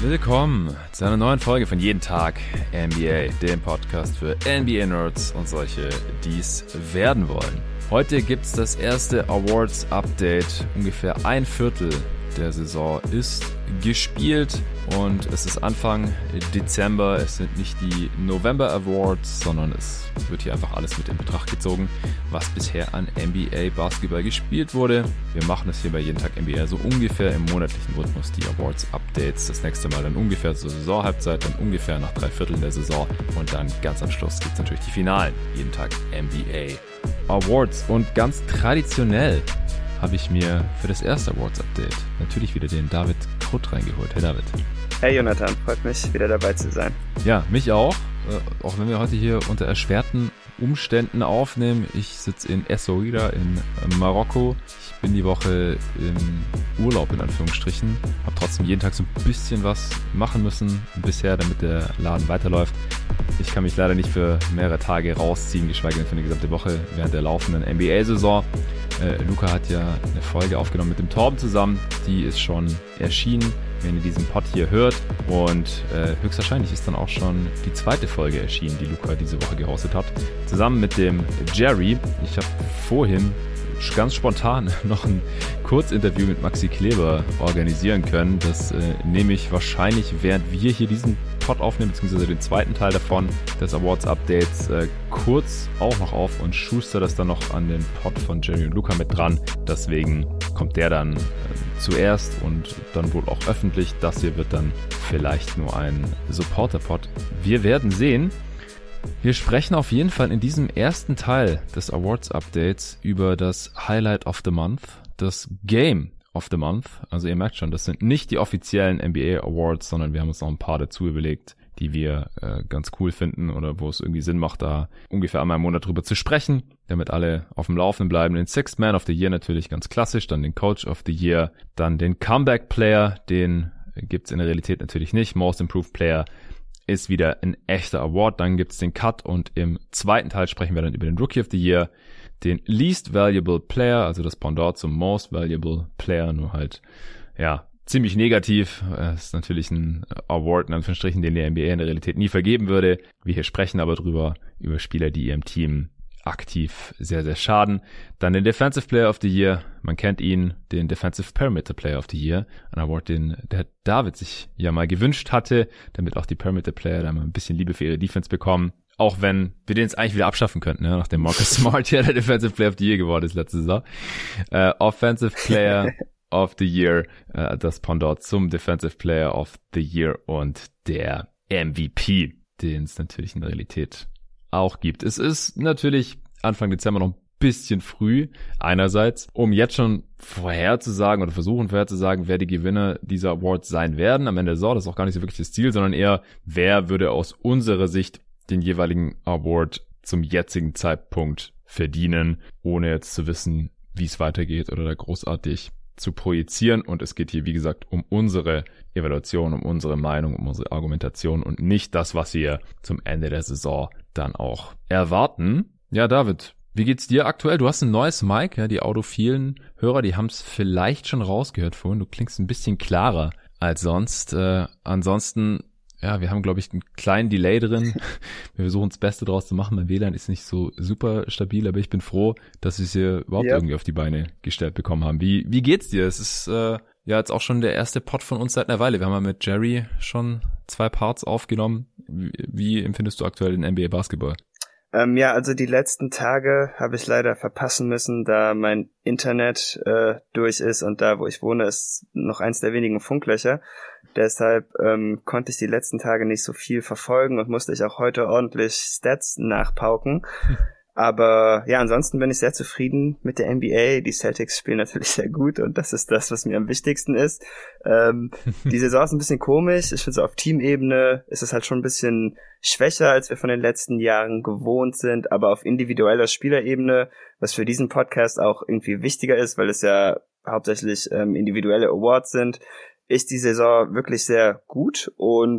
Willkommen zu einer neuen Folge von Jeden Tag NBA, dem Podcast für NBA-Nerds und solche, die es werden wollen. Heute gibt's das erste Awards-Update. Ungefähr ein Viertel der Saison ist gespielt und es ist Anfang Dezember. Es sind nicht die November Awards, sondern es wird hier einfach alles mit in Betracht gezogen, was bisher an NBA Basketball gespielt wurde. Wir machen es hier bei Jeden Tag NBA so ungefähr im monatlichen Rhythmus, die Awards Updates. Das nächste Mal dann ungefähr zur Saisonhalbzeit, dann ungefähr nach 3/4 der Saison und dann ganz am Schluss gibt es natürlich die Finalen. Jeden Tag NBA Awards und ganz traditionell habe ich mir für das erste Awards-Update natürlich wieder den David Krutt reingeholt. Hey David. Hey Jonathan, freut mich, wieder dabei zu sein. Ja, mich auch. Auch wenn wir heute hier unter erschwerten Umständen aufnehmen. Ich sitze in Essaouira in Marokko. Ich bin die Woche im Urlaub in Anführungsstrichen. Habe trotzdem jeden Tag so ein bisschen was machen müssen bisher, damit der Laden weiterläuft. Ich kann mich leider nicht für mehrere Tage rausziehen, geschweige denn für eine gesamte Woche während der laufenden NBA-Saison. Luca hat ja eine Folge aufgenommen mit dem Torben zusammen. Die ist schon erschienen, wenn ihr diesen Pod hier hört. Und höchstwahrscheinlich ist dann auch schon die zweite Folge erschienen, die Luca diese Woche gehostet hat. Zusammen mit dem Jerry. Ich habe vorhin ganz spontan noch ein Kurzinterview mit Maxi Kleber organisieren können. Das nehme ich wahrscheinlich, während wir hier diesen Pod aufnehmen, beziehungsweise den zweiten Teil davon, des Awards-Updates, kurz auch noch auf und schuster das dann noch an den Pod von Jerry und Luca mit dran. Deswegen kommt der dann zuerst und dann wohl auch öffentlich. Das hier wird dann vielleicht nur ein Supporter-Pod. Wir werden sehen. Wir sprechen auf jeden Fall in diesem ersten Teil des Awards-Updates über das Highlight of the Month, das Game of the Month. Also ihr merkt schon, das sind nicht die offiziellen NBA Awards, sondern wir haben uns noch ein paar dazu überlegt, die wir ganz cool finden oder wo es irgendwie Sinn macht, da ungefähr einmal im Monat drüber zu sprechen, damit alle auf dem Laufenden bleiben. Den Sixth Man of the Year natürlich ganz klassisch, dann den Coach of the Year, dann den Comeback Player, den gibt's in der Realität natürlich nicht. Most Improved Player ist wieder ein echter Award. Dann gibt's den Cut und im zweiten Teil sprechen wir dann über den Rookie of the Year, den Least Valuable Player, also das Pendant zum Most Valuable Player, nur halt, ja, ziemlich negativ. Das ist natürlich ein Award, in Anführungsstrichen, den die NBA in der Realität nie vergeben würde. Wir hier sprechen aber drüber, über Spieler, die ihrem Team aktiv sehr, sehr schaden. Dann den Defensive Player of the Year, man kennt ihn, den Defensive Perimeter Player of the Year, ein Award, den der David sich ja mal gewünscht hatte, damit auch die Perimeter Player da mal ein bisschen Liebe für ihre Defense bekommen. Auch wenn wir den jetzt eigentlich wieder abschaffen könnten, ja, nachdem Marcus Smart ja der Defensive Player of the Year geworden ist letzte Saison. Offensive Player of the Year, das Pendant zum Defensive Player of the Year und der MVP, den es natürlich in der Realität auch gibt. Es ist natürlich Anfang Dezember noch ein bisschen früh, einerseits, um jetzt schon vorherzusagen oder versuchen vorherzusagen, wer die Gewinner dieser Awards sein werden am Ende der Saison. Das ist auch gar nicht so wirklich das Ziel, sondern eher, wer würde aus unserer Sicht den jeweiligen Award zum jetzigen Zeitpunkt verdienen, ohne jetzt zu wissen, wie es weitergeht oder da großartig zu projizieren. Und es geht hier, wie gesagt, um unsere Evaluation, um unsere Meinung, um unsere Argumentation und nicht das, was wir zum Ende der Saison dann auch erwarten. Ja, David, wie geht's dir aktuell? Du hast ein neues Mic, ja, die audophilen Hörer, die haben es vielleicht schon rausgehört vorhin. Du klingst ein bisschen klarer als sonst. Ansonsten, ja, wir haben, glaube ich, einen kleinen Delay drin. Wir versuchen das Beste draus zu machen. Mein WLAN ist nicht so super stabil, aber ich bin froh, dass wir es hier überhaupt irgendwie auf die Beine gestellt bekommen haben. Wie geht's dir? Es ist ja jetzt auch schon der erste Pod von uns seit einer Weile. Wir haben ja mit Jerry schon 2 Parts aufgenommen. Wie empfindest du aktuell den NBA Basketball? Ja, also die letzten Tage habe ich leider verpassen müssen, da mein Internet durch ist und da, wo ich wohne, ist noch eins der wenigen Funklöcher. Deshalb konnte ich die letzten Tage nicht so viel verfolgen und musste ich auch heute ordentlich Stats nachpauken. Aber ja, ansonsten bin ich sehr zufrieden mit der NBA. Die Celtics spielen natürlich sehr gut und das ist das, was mir am wichtigsten ist. Die Saison ist ein bisschen komisch. Ich finde, so auf Teamebene ist es halt schon ein bisschen schwächer, als wir von den letzten Jahren gewohnt sind. Aber auf individueller Spielerebene, was für diesen Podcast auch irgendwie wichtiger ist, weil es ja hauptsächlich individuelle Awards sind, ist die Saison wirklich sehr gut und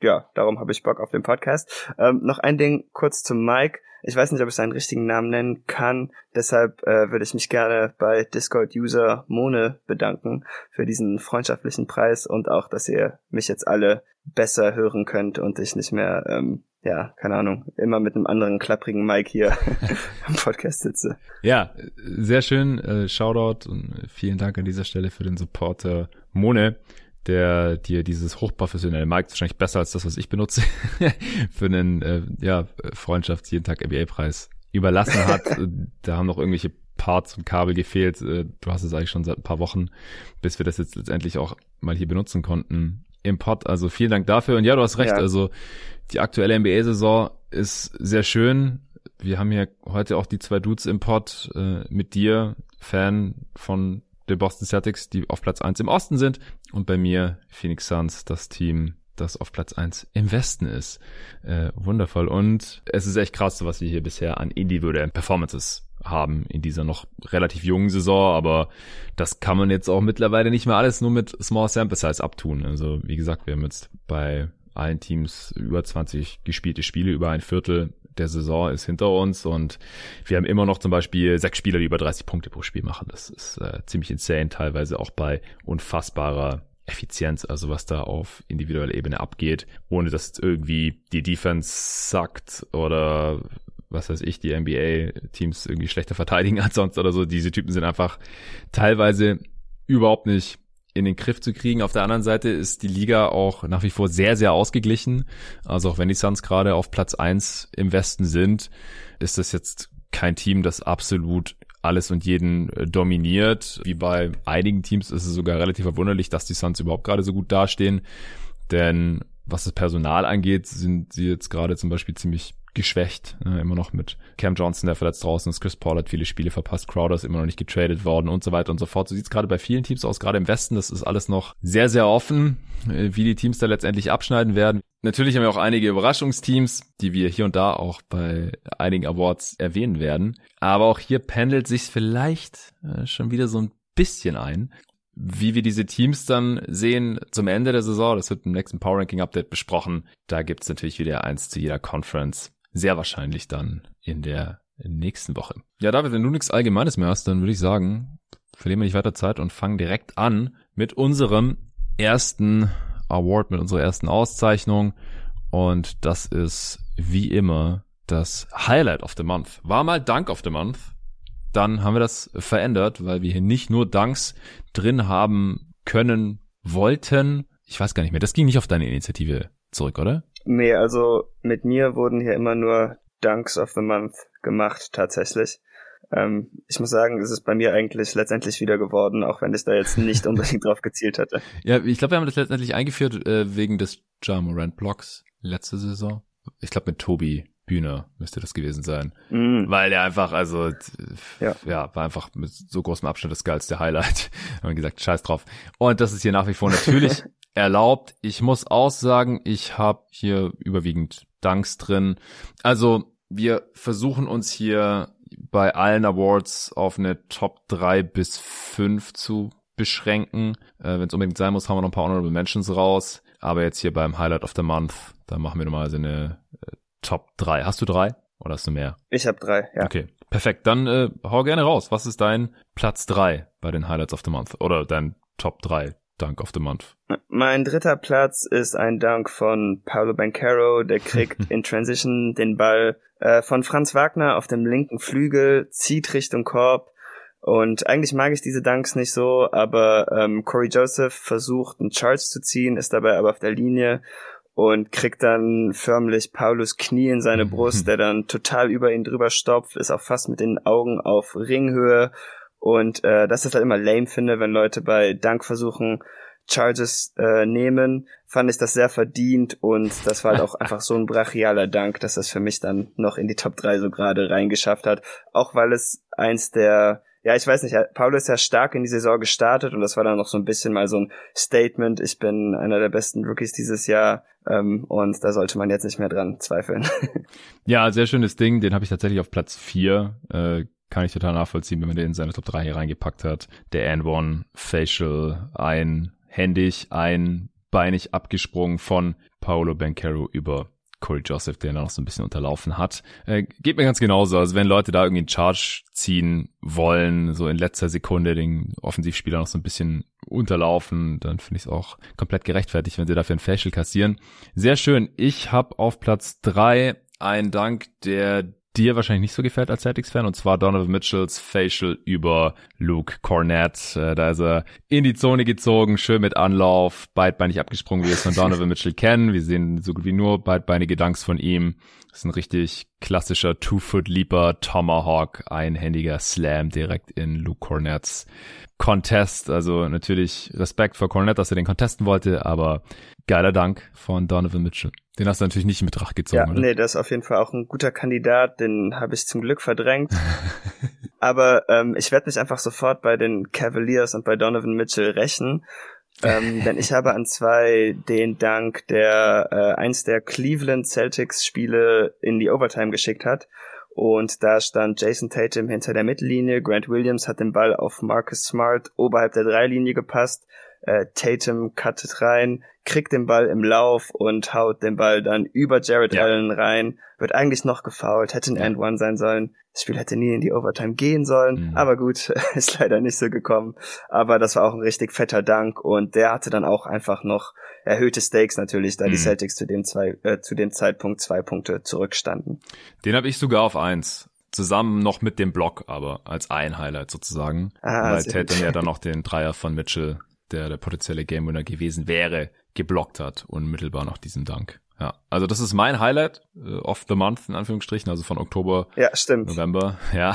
ja, darum habe ich Bock auf den Podcast. Noch ein Ding kurz zum Mike. Ich weiß nicht, ob ich seinen richtigen Namen nennen kann. Deshalb würde ich mich gerne bei Discord-User Mone bedanken für diesen freundschaftlichen Preis und auch, dass ihr mich jetzt alle besser hören könnt und ich nicht mehr, keine Ahnung, immer mit einem anderen klapprigen Mike hier am Podcast sitze. Ja, sehr schön. Shoutout und vielen Dank an dieser Stelle für den Supporter Mone, der dir dieses hochprofessionelle Mic, wahrscheinlich besser als das, was ich benutze, für einen Freundschafts-, jeden Tag NBA-Preis überlassen hat. Da haben noch irgendwelche Parts und Kabel gefehlt. Du hast es eigentlich schon seit ein paar Wochen, bis wir das jetzt letztendlich auch mal hier benutzen konnten im Pod. Also vielen Dank dafür. Und ja, du hast recht. Ja. Also die aktuelle NBA-Saison ist sehr schön. Wir haben hier heute auch die 2 Dudes im Pod mit dir, Fan von den Boston Celtics, die auf Platz 1 im Osten sind, und bei mir Phoenix Suns, das Team, das auf Platz 1 im Westen ist. Wundervoll. Und es ist echt krass, was wir hier bisher an individuellen Performances haben in dieser noch relativ jungen Saison, aber das kann man jetzt auch mittlerweile nicht mehr alles nur mit Small Sample Size abtun. Also wie gesagt, wir haben jetzt bei allen Teams über 20 gespielte Spiele, über ein Viertel der Saison ist hinter uns, und wir haben immer noch zum Beispiel 6 Spieler, die über 30 Punkte pro Spiel machen. Das ist ziemlich insane, teilweise auch bei unfassbarer Effizienz, also was da auf individueller Ebene abgeht, ohne dass irgendwie die Defense sackt oder was weiß ich, die NBA-Teams irgendwie schlechter verteidigen als sonst oder so. Diese Typen sind einfach teilweise überhaupt nicht in den Griff zu kriegen. Auf der anderen Seite ist die Liga auch nach wie vor sehr, sehr ausgeglichen. Also auch wenn die Suns gerade auf Platz 1 im Westen sind, ist das jetzt kein Team, das absolut alles und jeden dominiert. Wie bei einigen Teams ist es sogar relativ verwunderlich, dass die Suns überhaupt gerade so gut dastehen. Denn was das Personal angeht, sind sie jetzt gerade zum Beispiel ziemlich geschwächt, immer noch mit Cam Johnson, der verletzt draußen ist, Chris Paul hat viele Spiele verpasst, Crowder ist immer noch nicht getradet worden und so weiter und so fort. So sieht es gerade bei vielen Teams aus, gerade im Westen. Das ist alles noch sehr, sehr offen, wie die Teams da letztendlich abschneiden werden. Natürlich haben wir auch einige Überraschungsteams, die wir hier und da auch bei einigen Awards erwähnen werden. Aber auch hier pendelt sich vielleicht schon wieder so ein bisschen ein. Wie wir diese Teams dann sehen zum Ende der Saison, das wird im nächsten Power Ranking Update besprochen. Da gibt's natürlich wieder eins zu jeder Conference. Sehr wahrscheinlich dann in der nächsten Woche. Ja, David, wenn du nichts Allgemeines mehr hast, dann würde ich sagen, verlieren wir nicht weiter Zeit und fangen direkt an mit unserem ersten Award, mit unserer ersten Auszeichnung. Und das ist wie immer das Highlight of the Month. War mal Dunk of the Month. Dann haben wir das verändert, weil wir hier nicht nur Dunks drin haben können wollten. Ich weiß gar nicht mehr, das ging nicht auf deine Initiative zurück, oder? Nee, also mit mir wurden hier immer nur Dunks of the Month gemacht, tatsächlich. Ich muss sagen, es ist bei mir eigentlich letztendlich wieder geworden, auch wenn ich da jetzt nicht unbedingt drauf gezielt hatte. Ja, ich glaube, wir haben das letztendlich eingeführt wegen des Ja Morant Blocks letzte Saison. Ich glaube, mit Tobi Bühner müsste das gewesen sein. Weil er einfach, also war einfach mit so großem Abstand das geilste Highlight. Haben wir gesagt, scheiß drauf. Und das ist hier nach wie vor natürlich erlaubt. Ich muss auch sagen, ich habe hier überwiegend Dunks drin. Also wir versuchen uns hier bei allen Awards auf eine Top 3 bis 5 zu beschränken. Wenn es unbedingt sein muss, haben wir noch ein paar Honorable Mentions raus. Aber jetzt hier beim Highlight of the Month, da machen wir normalerweise eine Top 3. Hast du 3 oder hast du mehr? Ich habe 3, ja. Okay, perfekt. Dann hau gerne raus. Was ist dein Platz 3 bei den Highlights of the Month? Oder dein Top 3 Dunk of the Month? Mein dritter Platz ist ein Dunk von Paolo Banchero. Der kriegt in Transition den Ball von Franz Wagner auf dem linken Flügel, zieht Richtung Korb. Und eigentlich mag ich diese Dunks nicht so, aber Corey Joseph versucht einen Charge zu ziehen, ist dabei aber auf der Linie und kriegt dann förmlich Paulus Knie in seine Brust, der dann total über ihn drüber stopft, ist auch fast mit den Augen auf Ringhöhe. Und das ist halt immer lame finde, wenn Leute bei Dunk-Versuchen Charges nehmen, fand ich das sehr verdient und das war halt auch einfach so ein brachialer Dunk, dass das für mich dann noch in die Top 3 so gerade reingeschafft hat. Auch weil es eins der, ja, ich weiß nicht, Paolo ist ja stark in die Saison gestartet und das war dann noch so ein bisschen mal so ein Statement, ich bin einer der besten Rookies dieses Jahr und da sollte man jetzt nicht mehr dran zweifeln. Ja, sehr schönes Ding, den habe ich tatsächlich auf Platz 4, kann ich total nachvollziehen, wenn man den in seine Top 3 hier reingepackt hat. Der And-One Facial, einhändig, ein beidbeinig abgesprungen von Paolo Banchero über Corey Joseph, der noch so ein bisschen unterlaufen hat. Geht mir ganz genauso. Also wenn Leute da irgendwie einen Charge ziehen wollen, so in letzter Sekunde den Offensivspieler noch so ein bisschen unterlaufen, dann finde ich es auch komplett gerechtfertigt, wenn sie dafür ein Facial kassieren. Sehr schön. Ich habe auf Platz 3 einen Dank, der dir wahrscheinlich nicht so gefällt als Celtics-Fan, und zwar Donovan Mitchells Facial über Luke Kornet. Da ist er in die Zone gezogen, schön mit Anlauf, beidbeinig abgesprungen, wie wir es von Donovan Mitchell kennen. Wir sehen so gut wie nur beidbeinige Dunks von ihm. Das ist ein richtig klassischer Two-Foot-Leaper, Tomahawk, einhändiger Slam direkt in Luke Kornets Contest. Also natürlich Respekt vor Kornet, dass er den contesten wollte, aber geiler Dank von Donovan Mitchell. Den hast du natürlich nicht in Betracht gezogen, ja, oder? Nee, das ist auf jeden Fall auch ein guter Kandidat, den habe ich zum Glück verdrängt. Aber ich werde mich einfach sofort bei den Cavaliers und bei Donovan Mitchell rächen. Denn ich habe an 2 den Dank, der eins der Cleveland Celtics Spiele in die Overtime geschickt hat. Und da stand Jason Tatum hinter der Mittellinie, Grant Williams hat den Ball auf Marcus Smart oberhalb der Dreilinie gepasst, Tatum cuttet rein, kriegt den Ball im Lauf und haut den Ball dann über Jared Allen rein, wird eigentlich noch gefoult, hätte ein And-One sein sollen. Das Spiel hätte nie in die Overtime gehen sollen, aber gut, ist leider nicht so gekommen. Aber das war auch ein richtig fetter Dank und der hatte dann auch einfach noch erhöhte Stakes natürlich, da die Celtics zu dem Zeitpunkt 2 Punkte zurückstanden. Den habe ich sogar auf 1. Zusammen noch mit dem Block, aber als ein Highlight sozusagen. Weil Tatum ja dann noch den Dreier von Mitchell, der potenzielle Game-Winner gewesen wäre, geblockt hat, unmittelbar nach diesem Dank. Ja, also das ist mein Highlight of the month, in Anführungsstrichen, also von Oktober, November. Ja,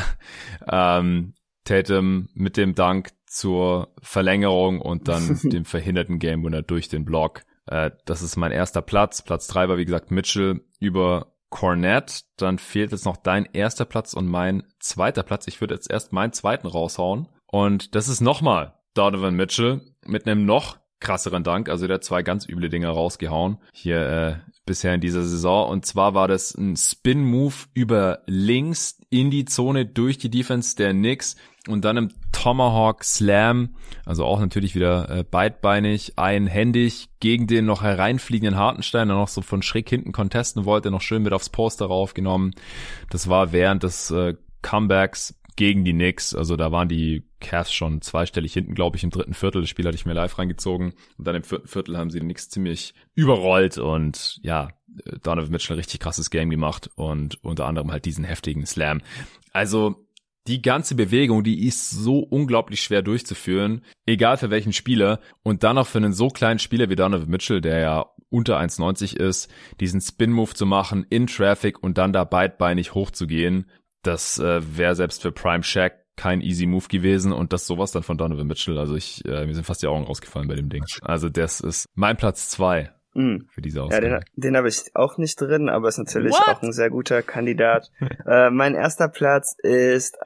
Tatum mit dem Dank zur Verlängerung und dann dem verhinderten Game-Winner durch den Block. Das ist mein erster Platz. Platz 3 war, wie gesagt, Mitchell über Kornet. Dann fehlt jetzt noch dein erster Platz und mein zweiter Platz. Ich würde jetzt erst meinen zweiten raushauen. Und das ist nochmal Donovan Mitchell mit einem noch krasseren Dank. Also der hat 2 ganz üble Dinger rausgehauen hier bisher in dieser Saison. Und zwar war das ein Spin-Move über links in die Zone durch die Defense der Knicks und dann im Tomahawk Slam, also auch natürlich wieder beidbeinig, einhändig gegen den noch hereinfliegenden Hartenstein, der noch so von schräg hinten contesten wollte, noch schön mit aufs Poster raufgenommen. Das war während des Comebacks gegen die Knicks, also da waren die Cavs schon zweistellig hinten, glaube ich, im dritten Viertel. Das Spiel hatte ich mir live reingezogen und dann im vierten Viertel haben sie die Knicks ziemlich überrollt und ja, Donovan Mitchell ein richtig krasses Game gemacht und unter anderem halt diesen heftigen Slam. Also die ganze Bewegung, die ist so unglaublich schwer durchzuführen, egal für welchen Spieler und dann auch für einen so kleinen Spieler wie Donovan Mitchell, der ja unter 1,90 ist, diesen Spin-Move zu machen in Traffic und dann da beidbeinig hochzugehen. Das wäre selbst für Prime Shaq kein easy Move gewesen und das sowas dann von Donovan Mitchell. Also mir sind fast die Augen rausgefallen bei dem Ding. Also das ist mein Platz 2 für diese Ausgabe. Ja, den habe ich auch nicht drin, aber ist natürlich auch ein sehr guter Kandidat. Mein erster Platz ist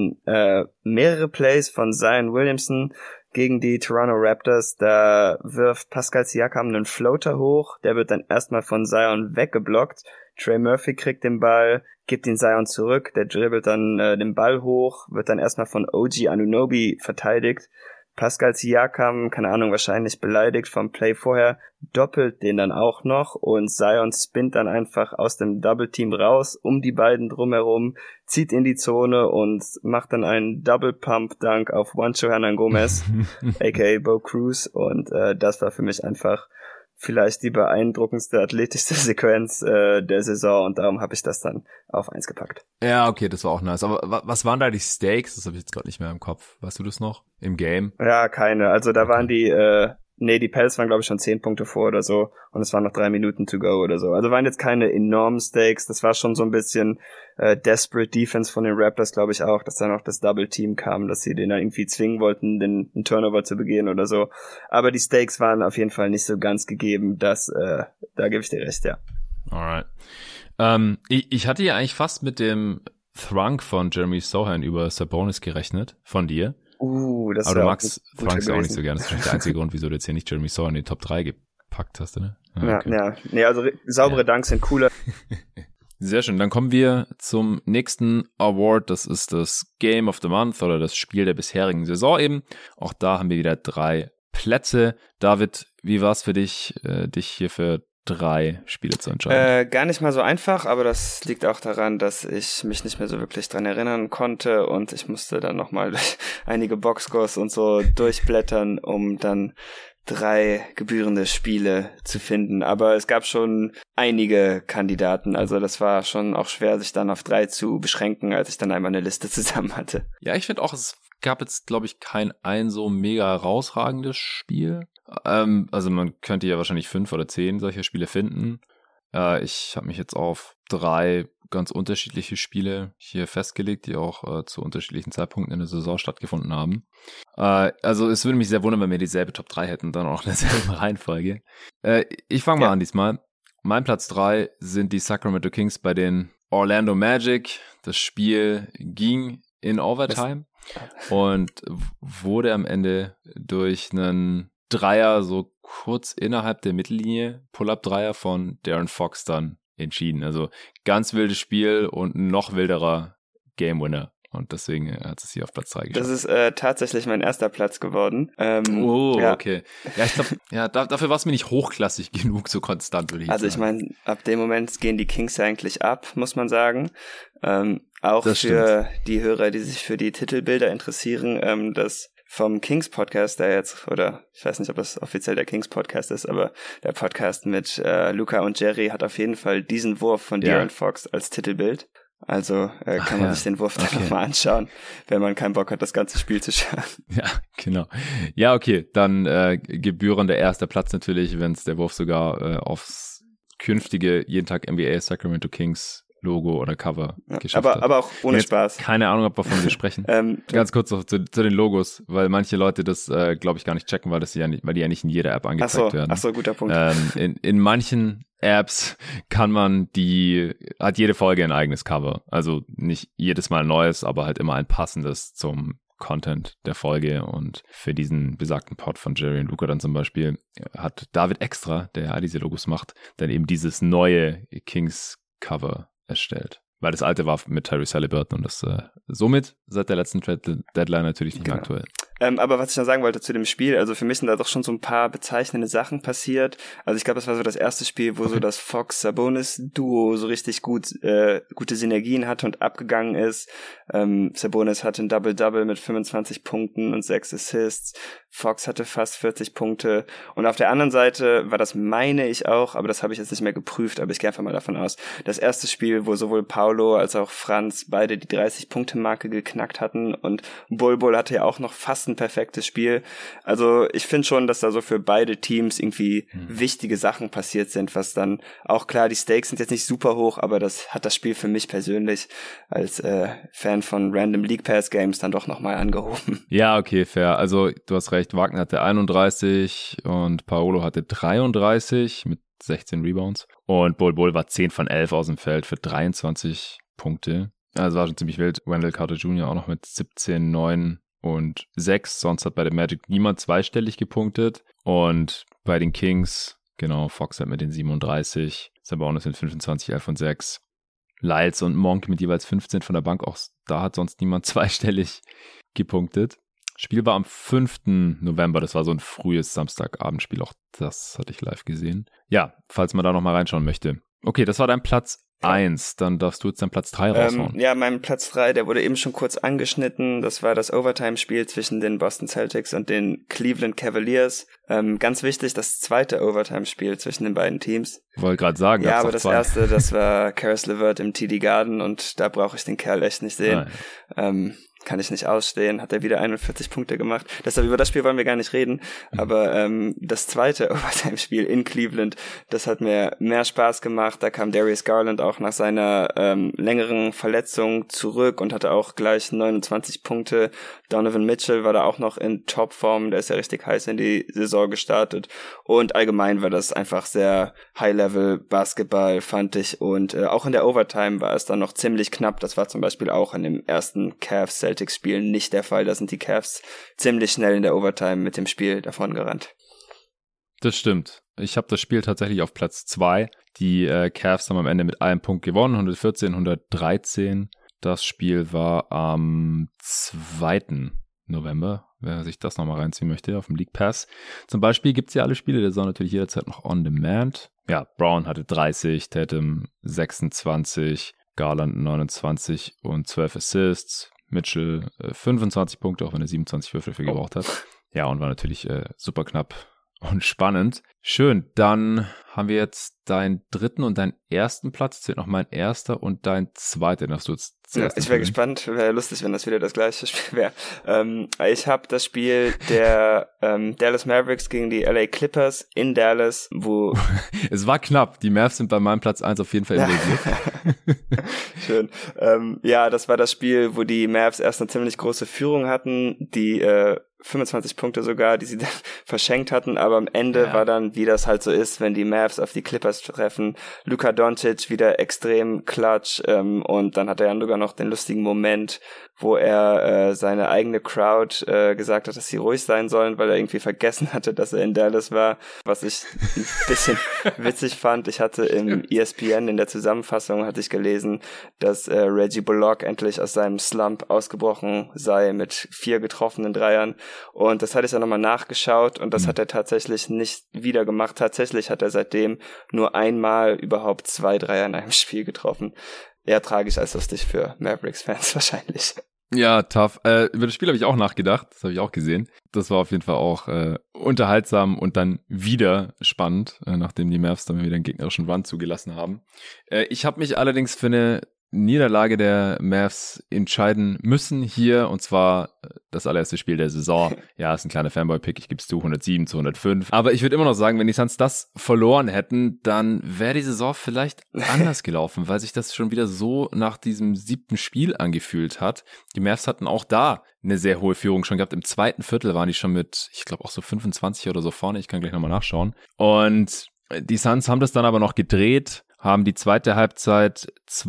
mehrere Plays von Zion Williamson gegen die Toronto Raptors. Da wirft Pascal Siakam einen Floater hoch, der wird dann erstmal von Zion weggeblockt. Trey Murphy kriegt den Ball, gibt ihn Zion zurück, der dribbelt dann den Ball hoch, wird dann erstmal von OG Anunoby verteidigt. Pascal Siakam, keine Ahnung, wahrscheinlich beleidigt vom Play vorher, doppelt den dann auch noch und Zion spinnt dann einfach aus dem Double Team raus, um die beiden drumherum, zieht in die Zone und macht dann einen Double Pump Dunk auf Juancho Hernangomez, aka Bo Cruz und das war für mich einfach vielleicht die beeindruckendste, athletischste Sequenz der Saison und darum habe ich das dann auf 1 gepackt. Ja, okay, das war auch nice. Aber was waren da die Stakes? Das habe ich jetzt gerade nicht mehr im Kopf. Weißt du das noch? Im Game? Ja, keine. Also da waren die die Pels waren glaube ich schon 10 Punkte vor oder so und es waren noch 3 Minuten to go oder so. Also waren jetzt keine enormen Stakes. Das war schon so ein bisschen desperate Defense von den Raptors, glaube ich auch, dass da noch das Double Team kam, dass sie den dann irgendwie zwingen wollten, den Turnover zu begehen oder so. Aber die Stakes waren auf jeden Fall nicht so ganz gegeben. Da gebe ich dir recht, ja. Alright. Ich hatte ja eigentlich fast mit dem Thrunk von Jeremy Sohan über Sabonis gerechnet, von dir. Das aber du magst Franks auch nicht so gerne. Das ist wahrscheinlich der einzige Grund, wieso du jetzt hier nicht Jeremy Sohan in die Top 3 gepackt hast, ne? Okay. Ja. Nee, also saubere Dunks sind cooler. Sehr schön. Dann kommen wir zum nächsten Award. Das ist das Game of the Month oder das Spiel der bisherigen Saison eben. Auch da haben wir wieder 3 Plätze. David, wie war es für dich, dich hier für 3 Spiele zu entscheiden? Gar nicht mal so einfach, aber das liegt auch daran, dass ich mich nicht mehr so wirklich dran erinnern konnte und ich musste dann nochmal einige Boxscores und so durchblättern, um dann 3 gebührende Spiele zu finden. Aber es gab schon einige Kandidaten, also das war schon auch schwer, sich dann auf 3 zu beschränken, als ich dann einmal eine Liste zusammen hatte. Ja, ich finde auch, es gab jetzt, glaube ich, kein so mega herausragendes Spiel. Also man könnte ja wahrscheinlich 5 oder 10 solcher Spiele finden. Ich habe mich jetzt auf 3 ganz unterschiedliche Spiele hier festgelegt, die auch zu unterschiedlichen Zeitpunkten in der Saison stattgefunden haben. Also es würde mich sehr wundern, wenn wir dieselbe Top 3 hätten, dann auch in derselben Reihenfolge. Ich fange mal an diesmal. Mein Platz 3 sind die Sacramento Kings bei den Orlando Magic. Das Spiel ging in Overtime und wurde am Ende durch einen Dreier so kurz innerhalb der Mittellinie, Pull-Up-Dreier von De'Aaron Fox dann entschieden. Also ganz wildes Spiel und ein noch wilderer Game-Winner. Und deswegen hat es hier auf Platz 3 geschafft. Das ist tatsächlich mein erster Platz geworden. Okay. Ja, ich glaube, dafür war es mir nicht hochklassig genug, so konstant, würde ich sagen. Also ich meine, ab dem Moment gehen die Kings ja eigentlich ab, muss man sagen. Auch das für stimmt. die Hörer, die sich für die Titelbilder interessieren, das vom Kings Podcast, der jetzt, oder ich weiß nicht, ob das offiziell der Kings Podcast ist, aber der Podcast mit Luca und Jerry hat auf jeden Fall diesen Wurf von De'Aaron Fox als Titelbild. Also kann man sich den Wurf dann nochmal anschauen, wenn man keinen Bock hat, das ganze Spiel zu schauen. Ja, genau. Ja, okay, dann gebührender erster Platz natürlich, wenn es der Wurf sogar aufs künftige jeden Tag NBA Sacramento Kings Logo oder Cover geschafft hat. Aber auch ohne Spaß. Keine Ahnung, ob wovon wir sprechen. Ganz kurz noch zu den Logos, weil manche Leute das, glaube ich, gar nicht checken, weil die ja nicht in jeder App angezeigt werden. Ach so, guter Punkt. In manchen Apps hat jede Folge ein eigenes Cover. Also nicht jedes Mal ein neues, aber halt immer ein passendes zum Content der Folge. Und für diesen besagten Pod von Jerry und Luca dann zum Beispiel hat David extra, der ja diese Logos macht, dann eben dieses neue Kings Cover erstellt. Weil das alte war mit Tyrese Haliburton und das somit seit der letzten Deadline natürlich nicht mehr aktuell. Aber was ich noch sagen wollte zu dem Spiel, also für mich sind da doch schon so ein paar bezeichnende Sachen passiert. Also ich glaube, das war so das erste Spiel, wo so das Fox-Sabonis-Duo so richtig gute Synergien hatte und abgegangen ist. Sabonis hatte ein Double-Double mit 25 Punkten und 6 Assists. Fox hatte fast 40 Punkte. Und auf der anderen Seite war das, meine ich auch, aber das habe ich jetzt nicht mehr geprüft, aber ich gehe einfach mal davon aus, das erste Spiel, wo sowohl Paolo als auch Franz beide die 30-Punkte-Marke geknackt hatten und Bol hatte ja auch noch fast ein perfektes Spiel. Also ich finde schon, dass da so für beide Teams irgendwie wichtige Sachen passiert sind, was dann auch klar, die Stakes sind jetzt nicht super hoch, aber das hat das Spiel für mich persönlich als Fan von Random League Pass Games dann doch nochmal angehoben. Ja, okay, fair. Also du hast recht, Wagner hatte 31 und Paolo hatte 33 mit 16 Rebounds und Bol war 10 von 11 aus dem Feld für 23 Punkte. Also war schon ziemlich wild. Wendell Carter Jr. auch noch mit 17, 9 und 6. Sonst hat bei der Magic niemand zweistellig gepunktet. Und bei den Kings, genau, Fox hat mit den 37, Sabonis mit 25, 11 und 6. Lyles und Monk mit jeweils 15 von der Bank. Auch da hat sonst niemand zweistellig gepunktet. Spiel war am 5. November. Das war so ein frühes Samstagabendspiel. Auch das hatte ich live gesehen. Ja, falls man da nochmal reinschauen möchte. Okay, das war dein Platz 1, dann darfst du jetzt deinen Platz 3 raushauen. Ja, mein Platz 3, der wurde eben schon kurz angeschnitten. Das war das Overtime-Spiel zwischen den Boston Celtics und den Cleveland Cavaliers. Ganz wichtig, das zweite Overtime-Spiel zwischen den beiden Teams. Wollte gerade sagen. Ja, aber das erste, das war Caris LeVert im TD Garden und da brauche ich den Kerl echt nicht sehen. Kann ich nicht ausstehen, hat er wieder 41 Punkte gemacht. Deshalb über das Spiel wollen wir gar nicht reden. Aber das zweite Overtime-Spiel in Cleveland, das hat mir mehr Spaß gemacht. Da kam Darius Garland auch nach seiner längeren Verletzung zurück und hatte auch gleich 29 Punkte. Donovan Mitchell war da auch noch in Topform. Der ist ja richtig heiß in die Saison gestartet. Und allgemein war das einfach sehr High-Level-Basketball, fand ich. Und auch in der Overtime war es dann noch ziemlich knapp. Das war zum Beispiel auch in dem ersten Cavs-Celtics-Spiel nicht der Fall. Da sind die Cavs ziemlich schnell in der Overtime mit dem Spiel davon gerannt. Das stimmt. Ich habe das Spiel tatsächlich auf Platz 2. Die Cavs haben am Ende mit einem Punkt gewonnen, 114, 113. Das Spiel war am 2. November, wer sich das nochmal reinziehen möchte auf dem League Pass. Zum Beispiel gibt's ja alle Spiele der Saison natürlich jederzeit noch on demand. Ja, Brown hatte 30, Tatum 26, Garland 29 und 12 Assists. Mitchell 25 Punkte, auch wenn er 27 Würfel für gebraucht hat. Ja, und war natürlich super knapp und spannend. Schön, dann haben wir jetzt deinen dritten und deinen ersten Platz. Zählt noch mein erster und dein zweiter. Darfst du jetzt zuerst ich wäre gespannt. Wäre lustig, wenn das wieder das gleiche Spiel wäre. Ich habe das Spiel der Dallas Mavericks gegen die LA Clippers in Dallas, wo... Es war knapp. Die Mavs sind bei meinem Platz 1 auf jeden Fall involviert. Schön. Ja, das war das Spiel, wo die Mavs erst eine ziemlich große Führung hatten, die 25 Punkte sogar, die sie dann verschenkt hatten, aber am Ende war dann, wie das halt so ist, wenn die Mavs auf die Clippers treffen, Luka Doncic wieder extrem clutch und dann hat er ja sogar noch den lustigen Moment, wo er seine eigene Crowd gesagt hat, dass sie ruhig sein sollen, weil er irgendwie vergessen hatte, dass er in Dallas war, was ich ein bisschen witzig fand. Ich hatte im ESPN in der Zusammenfassung hatte ich gelesen, dass Reggie Bullock endlich aus seinem Slump ausgebrochen sei mit 4 getroffenen Dreiern. Und das hatte ich dann nochmal nachgeschaut und das hat er tatsächlich nicht wieder gemacht. Tatsächlich hat er seitdem nur einmal überhaupt 2 Dreier in einem Spiel getroffen. Eher tragisch als lustig für Mavericks-Fans wahrscheinlich. Ja, tough. Über das Spiel habe ich auch nachgedacht. Das habe ich auch gesehen. Das war auf jeden Fall auch unterhaltsam und dann wieder spannend, nachdem die Mavs dann wieder einen gegnerischen Run zugelassen haben. Ich habe mich allerdings für eine Niederlage der Mavs entscheiden müssen hier, und zwar das allererste Spiel der Saison. Ja, ist ein kleiner Fanboy-Pick, ich gebe es zu, 107-105. Aber ich würde immer noch sagen, wenn die Suns das verloren hätten, dann wäre die Saison vielleicht anders gelaufen, weil sich das schon wieder so nach diesem 7. Spiel angefühlt hat. Die Mavs hatten auch da eine sehr hohe Führung schon gehabt. Im zweiten Viertel waren die schon mit, ich glaube auch so 25 oder so vorne. Ich kann gleich nochmal nachschauen. Und die Suns haben das dann aber noch gedreht, haben die zweite Halbzeit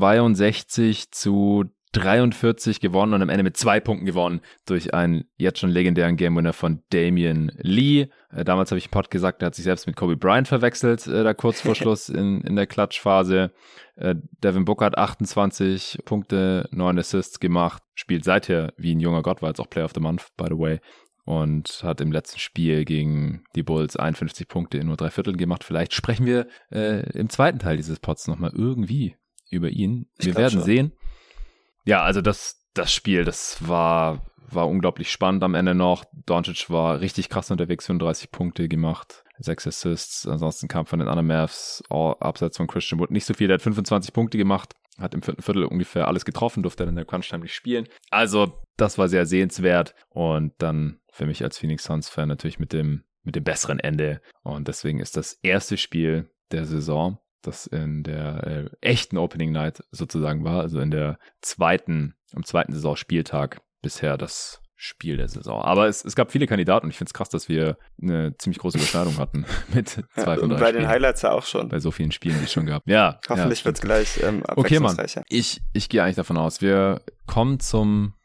62-43 gewonnen und am Ende mit 2 Punkten gewonnen durch einen jetzt schon legendären Game-Winner von Damian Lee. Damals habe ich im Pod gesagt, er hat sich selbst mit Kobe Bryant verwechselt, da kurz vor Schluss in der Klatschphase. Devin Booker hat 28 Punkte, 9 Assists gemacht, spielt seither wie ein junger Gott, war jetzt auch Player of the Month, by the way. Und hat im letzten Spiel gegen die Bulls 51 Punkte in nur 3 Vierteln gemacht. Vielleicht sprechen wir im zweiten Teil dieses Pods nochmal irgendwie über ihn. Wir werden sehen. Ja, also das Spiel, das war unglaublich spannend am Ende noch. Doncic war richtig krass unterwegs, 35 Punkte gemacht, 6 Assists. Ansonsten kam von den anderen Mavs, abseits von Christian Wood, nicht so viel. Der hat 25 Punkte gemacht, hat im 4. Viertel ungefähr alles getroffen, durfte dann in der Crunch-Time nicht spielen. Also das war sehr sehenswert und dann für mich als Phoenix Suns-Fan natürlich mit dem besseren Ende. Und deswegen ist das erste Spiel der Saison, das in der echten Opening Night sozusagen war, also am zweiten Saisonspieltag bisher das Spiel der Saison. Aber es gab viele Kandidaten und ich finde es krass, dass wir eine ziemlich große Überschneidung hatten mit 2 von 3 bei Spielen. den Highlights ja auch schon. Bei so vielen Spielen, die es schon gab. Ja. Hoffentlich wird es gleich okay, Mann. abwechslungsreicher. Ich gehe eigentlich davon aus, wir kommen zum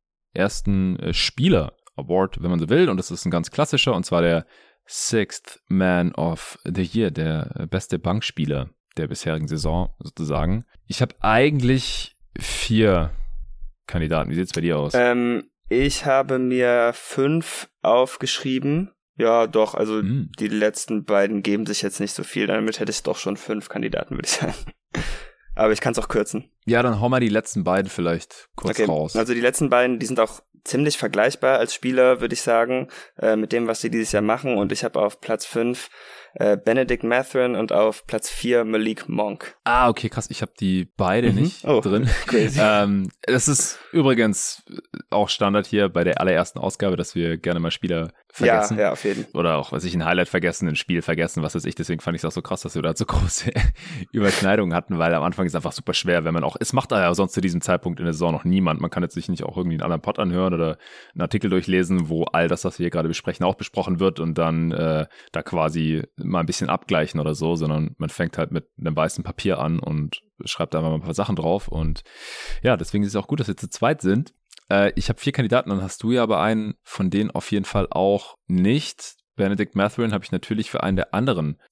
ersten Spieler Award, wenn man so will, und das ist ein ganz klassischer, und zwar der Sixth Man of the Year, der beste Bankspieler der bisherigen Saison sozusagen. Ich habe eigentlich 4 Kandidaten. Wie sieht's bei dir aus? Ich habe mir 5 aufgeschrieben. Ja, doch, also die letzten beiden geben sich jetzt nicht so viel. Damit hätte ich doch schon 5 Kandidaten, würde ich sagen. Aber ich kann es auch kürzen. Ja, dann hau mal die letzten beiden vielleicht kurz raus. Also die letzten beiden, die sind auch ziemlich vergleichbar als Spieler, würde ich sagen, mit dem, was sie dieses Jahr machen. Und ich habe auf Platz 5 Benedict Mathurin und auf Platz 4 Malik Monk. Ah, okay, krass. Ich habe die beide nicht drin. Crazy. Das ist übrigens auch Standard hier bei der allerersten Ausgabe, dass wir gerne mal Spieler vergessen. Ja, auf jeden Fall. Oder auch, ein Highlight vergessen, ein Spiel vergessen, was weiß ich. Deswegen fand ich es auch so krass, dass wir da so große Überschneidungen hatten, weil am Anfang ist es einfach super schwer, wenn man auch, es macht ja sonst zu diesem Zeitpunkt in der Saison noch niemand. Man kann jetzt sich nicht auch irgendwie einen anderen Pod anhören oder einen Artikel durchlesen, wo all das, was wir hier gerade besprechen, auch besprochen wird und dann da quasi mal ein bisschen abgleichen oder so, sondern man fängt halt mit einem weißen Papier an und schreibt da mal ein paar Sachen drauf und ja, deswegen ist es auch gut, dass wir zu zweit sind. Ich habe 4 Kandidaten, dann hast du ja aber einen von denen auf jeden Fall auch nicht. Benedict Mathurin habe ich natürlich für einen der anderen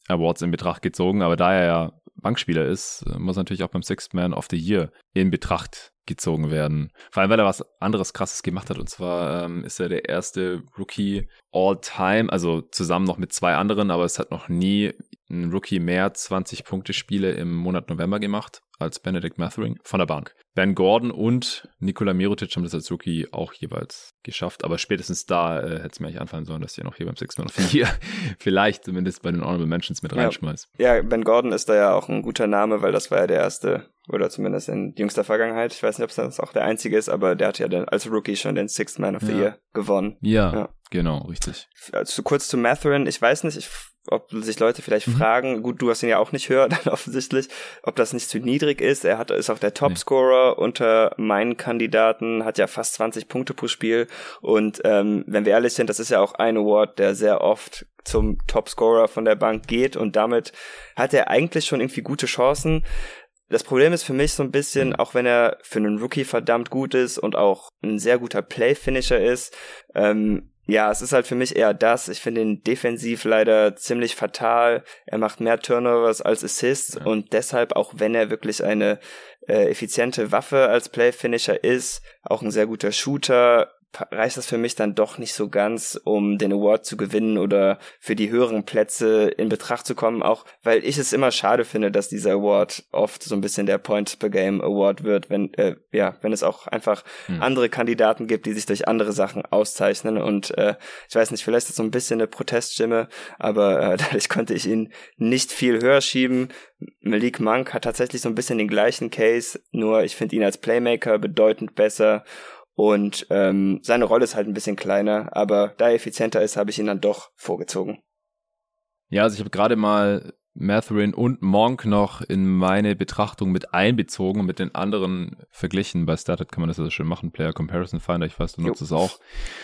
Awards in Betracht gezogen, aber da er ja Bankspieler ist, muss natürlich auch beim Sixth Man of the Year in Betracht gezogen werden. Vor allem, weil er was anderes Krasses gemacht hat, und zwar ist er der erste Rookie all-time, also zusammen noch mit 2 anderen, aber es hat noch nie ein Rookie mehr 20-Punkte-Spiele im Monat November gemacht als Benedict Mathurin von der Bank. Ben Gordon und Nikola Mirotic haben das als Rookie auch jeweils geschafft, aber spätestens da hätte es mir eigentlich anfallen sollen, dass ihr noch hier beim Sixth Man of the Year vielleicht zumindest bei den Honorable Mentions mit reinschmeißt. Ja, Ben Gordon ist da ja auch ein guter Name, weil das war ja der erste, oder zumindest in jüngster Vergangenheit. Ich weiß nicht, ob das auch der einzige ist, aber der hat ja dann als Rookie schon den Sixth Man of the Year gewonnen. Ja, genau, richtig. Also kurz zu Mathurin, ich weiß nicht, ob sich Leute vielleicht fragen, gut, du hast ihn ja auch nicht höher, dann offensichtlich, ob das nicht zu niedrig ist. Ist auch der Topscorer unter meinen Kandidaten, hat ja fast 20 Punkte pro Spiel und wenn wir ehrlich sind, das ist ja auch ein Award, der sehr oft zum Topscorer von der Bank geht und damit hat er eigentlich schon irgendwie gute Chancen. Das Problem ist für mich so ein bisschen, auch wenn er für einen Rookie verdammt gut ist und auch ein sehr guter Play-Finisher ist, ja, es ist halt für mich eher das. Ich finde ihn defensiv leider ziemlich fatal. Er macht mehr Turnovers als Assists und deshalb, auch wenn er wirklich eine effiziente Waffe als Play-Finisher ist, auch ein sehr guter Shooter, reicht das für mich dann doch nicht so ganz, um den Award zu gewinnen oder für die höheren Plätze in Betracht zu kommen, auch weil ich es immer schade finde, dass dieser Award oft so ein bisschen der Point-per-Game Award wird, wenn es auch einfach andere Kandidaten gibt, die sich durch andere Sachen auszeichnen und ich weiß nicht, vielleicht ist das so ein bisschen eine Proteststimme, aber dadurch konnte ich ihn nicht viel höher schieben. Malik Monk hat tatsächlich so ein bisschen den gleichen Case, nur ich finde ihn als Playmaker bedeutend besser. Und seine Rolle ist halt ein bisschen kleiner, aber da er effizienter ist, habe ich ihn dann doch vorgezogen. Ja, also ich habe gerade mal Mathurin und Monk noch in meine Betrachtung mit einbezogen und mit den anderen verglichen. Bei Started kann man das also schön machen, Player Comparison Finder, ich weiß, du nutzt es auch.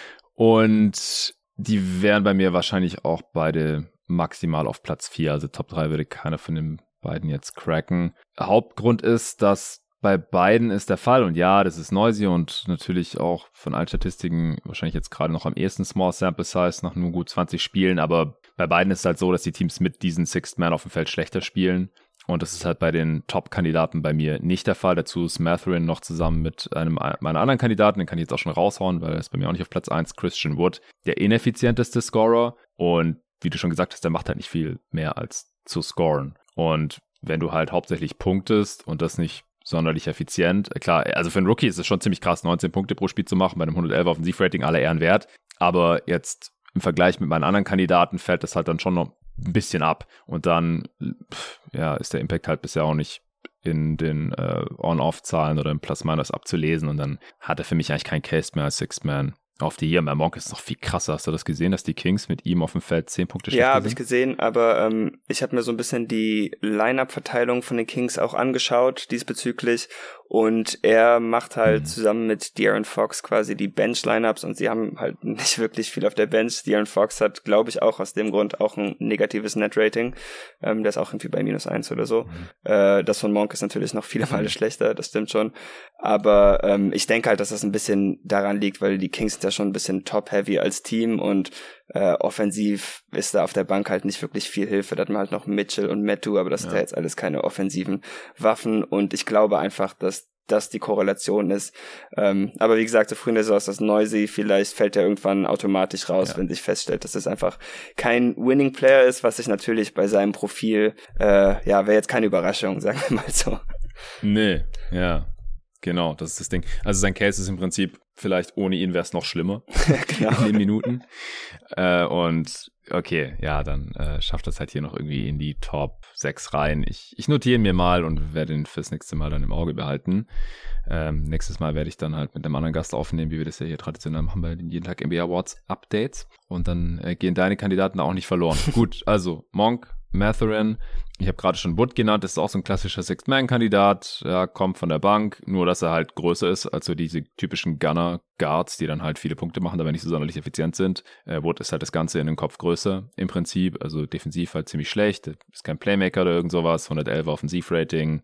Und die wären bei mir wahrscheinlich auch beide maximal auf Platz 4, also Top 3 würde keiner von den beiden jetzt cracken. Hauptgrund ist, dass bei beiden ist der Fall, und ja, das ist noisy und natürlich auch von allen Statistiken wahrscheinlich jetzt gerade noch am ehesten Small Sample Size nach nur gut 20 Spielen, aber bei beiden ist es halt so, dass die Teams mit diesen Sixth Man auf dem Feld schlechter spielen, und das ist halt bei den Top-Kandidaten bei mir nicht der Fall. Dazu ist Mathurin noch zusammen mit einem meiner anderen Kandidaten, den kann ich jetzt auch schon raushauen, weil er ist bei mir auch nicht auf Platz 1, Christian Wood, der ineffizienteste Scorer, und wie du schon gesagt hast, der macht halt nicht viel mehr als zu scoren, und wenn du halt hauptsächlich punktest und das nicht sonderlich effizient. Klar, also für einen Rookie ist es schon ziemlich krass, 19 Punkte pro Spiel zu machen, bei einem 111 Offensivrating, aller Ehren wert. Aber jetzt im Vergleich mit meinen anderen Kandidaten fällt das halt dann schon noch ein bisschen ab. Und dann, ist der Impact halt bisher auch nicht in den On-Off-Zahlen oder im Plus-Minus abzulesen. Und dann hat er für mich eigentlich keinen Case mehr als Sixth Man auf die Year. Bei Monk ist es noch viel krasser. Hast du das gesehen, dass die Kings mit ihm auf dem Feld 10 Punkte schlechter sind? Ja, habe ich gesehen, aber ich habe mir so ein bisschen die Line-Up-Verteilung von den Kings auch angeschaut diesbezüglich, und er macht halt zusammen mit De'Aaron Fox quasi die Bench-Lineups, und sie haben halt nicht wirklich viel auf der Bench. De'Aaron Fox hat, glaube ich, auch aus dem Grund auch ein negatives Net-Rating. Der ist auch irgendwie bei -1 oder so. Das von Monk ist natürlich noch viele Male schlechter, das stimmt schon. Aber ich denke halt, dass das ein bisschen daran liegt, weil die Kings sind ja schon ein bisschen top-heavy als Team, und offensiv ist da auf der Bank halt nicht wirklich viel Hilfe. Da hat man halt noch Mitchell und Metu, aber das sind ja jetzt alles keine offensiven Waffen, und ich glaube einfach, dass das die Korrelation ist. Aber wie gesagt, so früh in der Saison ist das noisy, vielleicht fällt er irgendwann automatisch raus, wenn sich feststellt, dass es einfach kein Winning Player ist, was sich natürlich bei seinem Profil, wäre jetzt keine Überraschung, sagen wir mal so. Nee, ja. Genau, das ist das Ding. Also sein Case ist im Prinzip, vielleicht ohne ihn wäre es noch schlimmer in den Minuten. Und okay, ja, dann schafft das halt hier noch irgendwie in die Top 6 rein. Ich notiere ihn mir mal und werde ihn fürs nächste Mal dann im Auge behalten. Nächstes Mal werde ich dann halt mit einem anderen Gast aufnehmen, wie wir das ja hier traditionell machen bei den jeden Tag NBA Awards Updates. Und dann gehen deine Kandidaten auch nicht verloren. Gut, also Monk, Mathurin, ich habe gerade schon Wood genannt, das ist auch so ein klassischer Sixth-Man-Kandidat, ja, kommt von der Bank, nur dass er halt größer ist als so diese typischen Gunner-Guards, die dann halt viele Punkte machen, aber nicht so sonderlich effizient sind. Wood ist halt das Ganze in den Kopf größer im Prinzip, also defensiv halt ziemlich schlecht, ist kein Playmaker oder irgend sowas, 111 Offensivrating,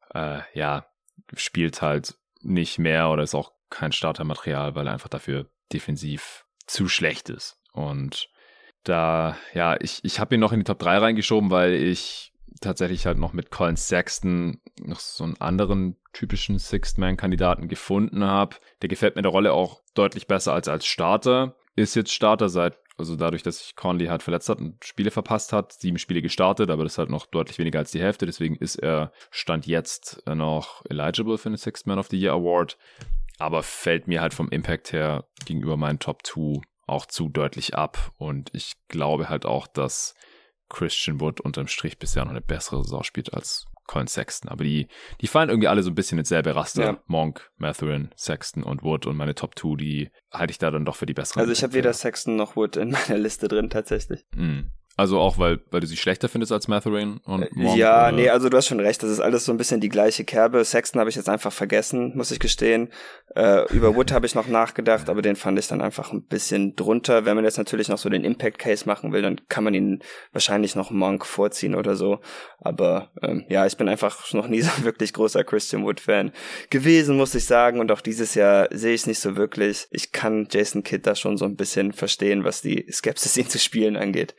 spielt halt nicht mehr oder ist auch kein Startermaterial, weil er einfach dafür defensiv zu schlecht ist. Und Ich habe ihn noch in die Top 3 reingeschoben, weil ich tatsächlich halt noch mit Colin Sexton noch so einen anderen typischen Sixth-Man-Kandidaten gefunden habe. Der gefällt mir in der Rolle auch deutlich besser als Starter. Ist jetzt Starter also dadurch, dass sich Conley halt verletzt hat und Spiele verpasst hat, 7 Spiele gestartet, aber das ist halt noch deutlich weniger als die Hälfte, deswegen ist er Stand jetzt noch eligible für den Sixth Man of the Year Award, aber fällt mir halt vom Impact her gegenüber meinen Top 2 auch zu deutlich ab und ich glaube halt auch, dass Christian Wood unterm Strich bisher noch eine bessere Saison spielt als Colin Sexton, aber die fallen irgendwie alle so ein bisschen ins selbe Raster. Ja. Monk, Mathurin, Sexton und Wood und meine Top 2, die halte ich da dann doch für die besseren. Also ich habe weder Sexton noch Wood in meiner Liste drin, tatsächlich. Also auch, weil du sie schlechter findest als Mathurin und Monk? Ja, nee, also du hast schon recht, das ist alles so ein bisschen die gleiche Kerbe. Sexton habe ich jetzt einfach vergessen, muss ich gestehen. Über Wood habe ich noch nachgedacht, aber den fand ich dann einfach ein bisschen drunter. Wenn man jetzt natürlich noch so den Impact-Case machen will, dann kann man ihn wahrscheinlich noch Monk vorziehen oder so. Aber ich bin einfach noch nie so wirklich großer Christian Wood-Fan gewesen, muss ich sagen. Und auch dieses Jahr sehe ich es nicht so wirklich. Ich kann Jason Kidd da schon so ein bisschen verstehen, was die Skepsis, ihn zu spielen angeht.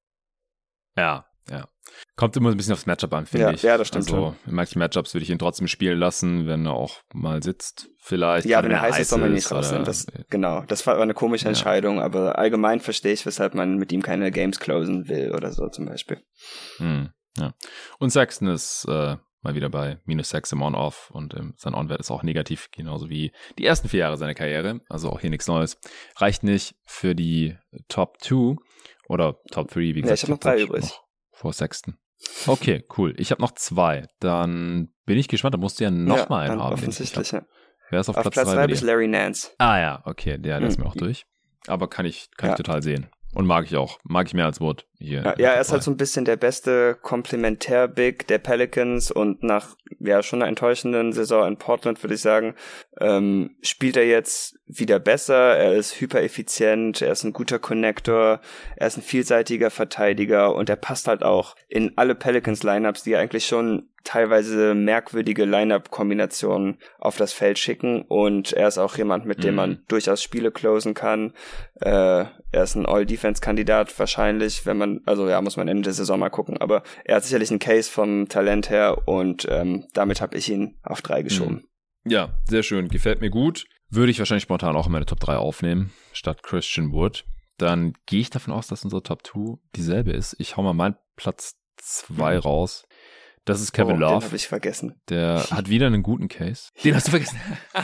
Ja. Kommt immer ein bisschen aufs Matchup an, finde ich. Ja, das stimmt. Also in manchen Matchups würde ich ihn trotzdem spielen lassen, wenn er auch mal sitzt, vielleicht. Ja, wenn er heiß ist, soll man nicht rausnehmen. Das war eine komische Entscheidung, aber allgemein verstehe ich, weshalb man mit ihm keine Games closen will oder so zum Beispiel. Ja. Und Sexton ist mal wieder bei -6 im On-Off und sein On-Wert ist auch negativ, genauso wie die ersten 4 Jahre seiner Karriere. Also auch hier nichts Neues. Reicht nicht für die Top 2 oder Top 3, wie gesagt. Ja, ich habe noch 3 übrig. Vor Sexton. Okay, cool. Ich habe noch 2. Dann bin ich gespannt. Da musst du ja noch mal einen haben. Offensichtlich, ja. Wer ist auf Platz 3 habe ich Larry Nance. Ah ja, okay. Der ist mir auch durch. Aber kann ich total sehen. Und mag ich auch. Mag ich mehr als Wood hier. Ja, er ist halt so ein bisschen der beste Komplementär-Big der Pelicans und nach schon einer enttäuschenden Saison in Portland, würde ich sagen, spielt er jetzt wieder besser. Er ist hypereffizient, er ist ein guter Connector, er ist ein vielseitiger Verteidiger und er passt halt auch in alle Pelicans-Lineups, die eigentlich schon teilweise merkwürdige Line-Up-Kombinationen auf das Feld schicken und er ist auch jemand, mit dem man durchaus Spiele closen kann. Er ist ein All-Defense-Kandidat wahrscheinlich, muss man Ende der Saison mal gucken, aber er hat sicherlich einen Case vom Talent her und damit habe ich ihn auf 3 geschoben. Ja, sehr schön, gefällt mir gut. Würde ich wahrscheinlich spontan auch in meine Top 3 aufnehmen, statt Christian Wood. Dann gehe ich davon aus, dass unsere Top 2 dieselbe ist. Ich hau mal meinen Platz 2 raus. Das ist Kevin Love. Den habe ich vergessen. Der hat wieder einen guten Case. Den hast du vergessen.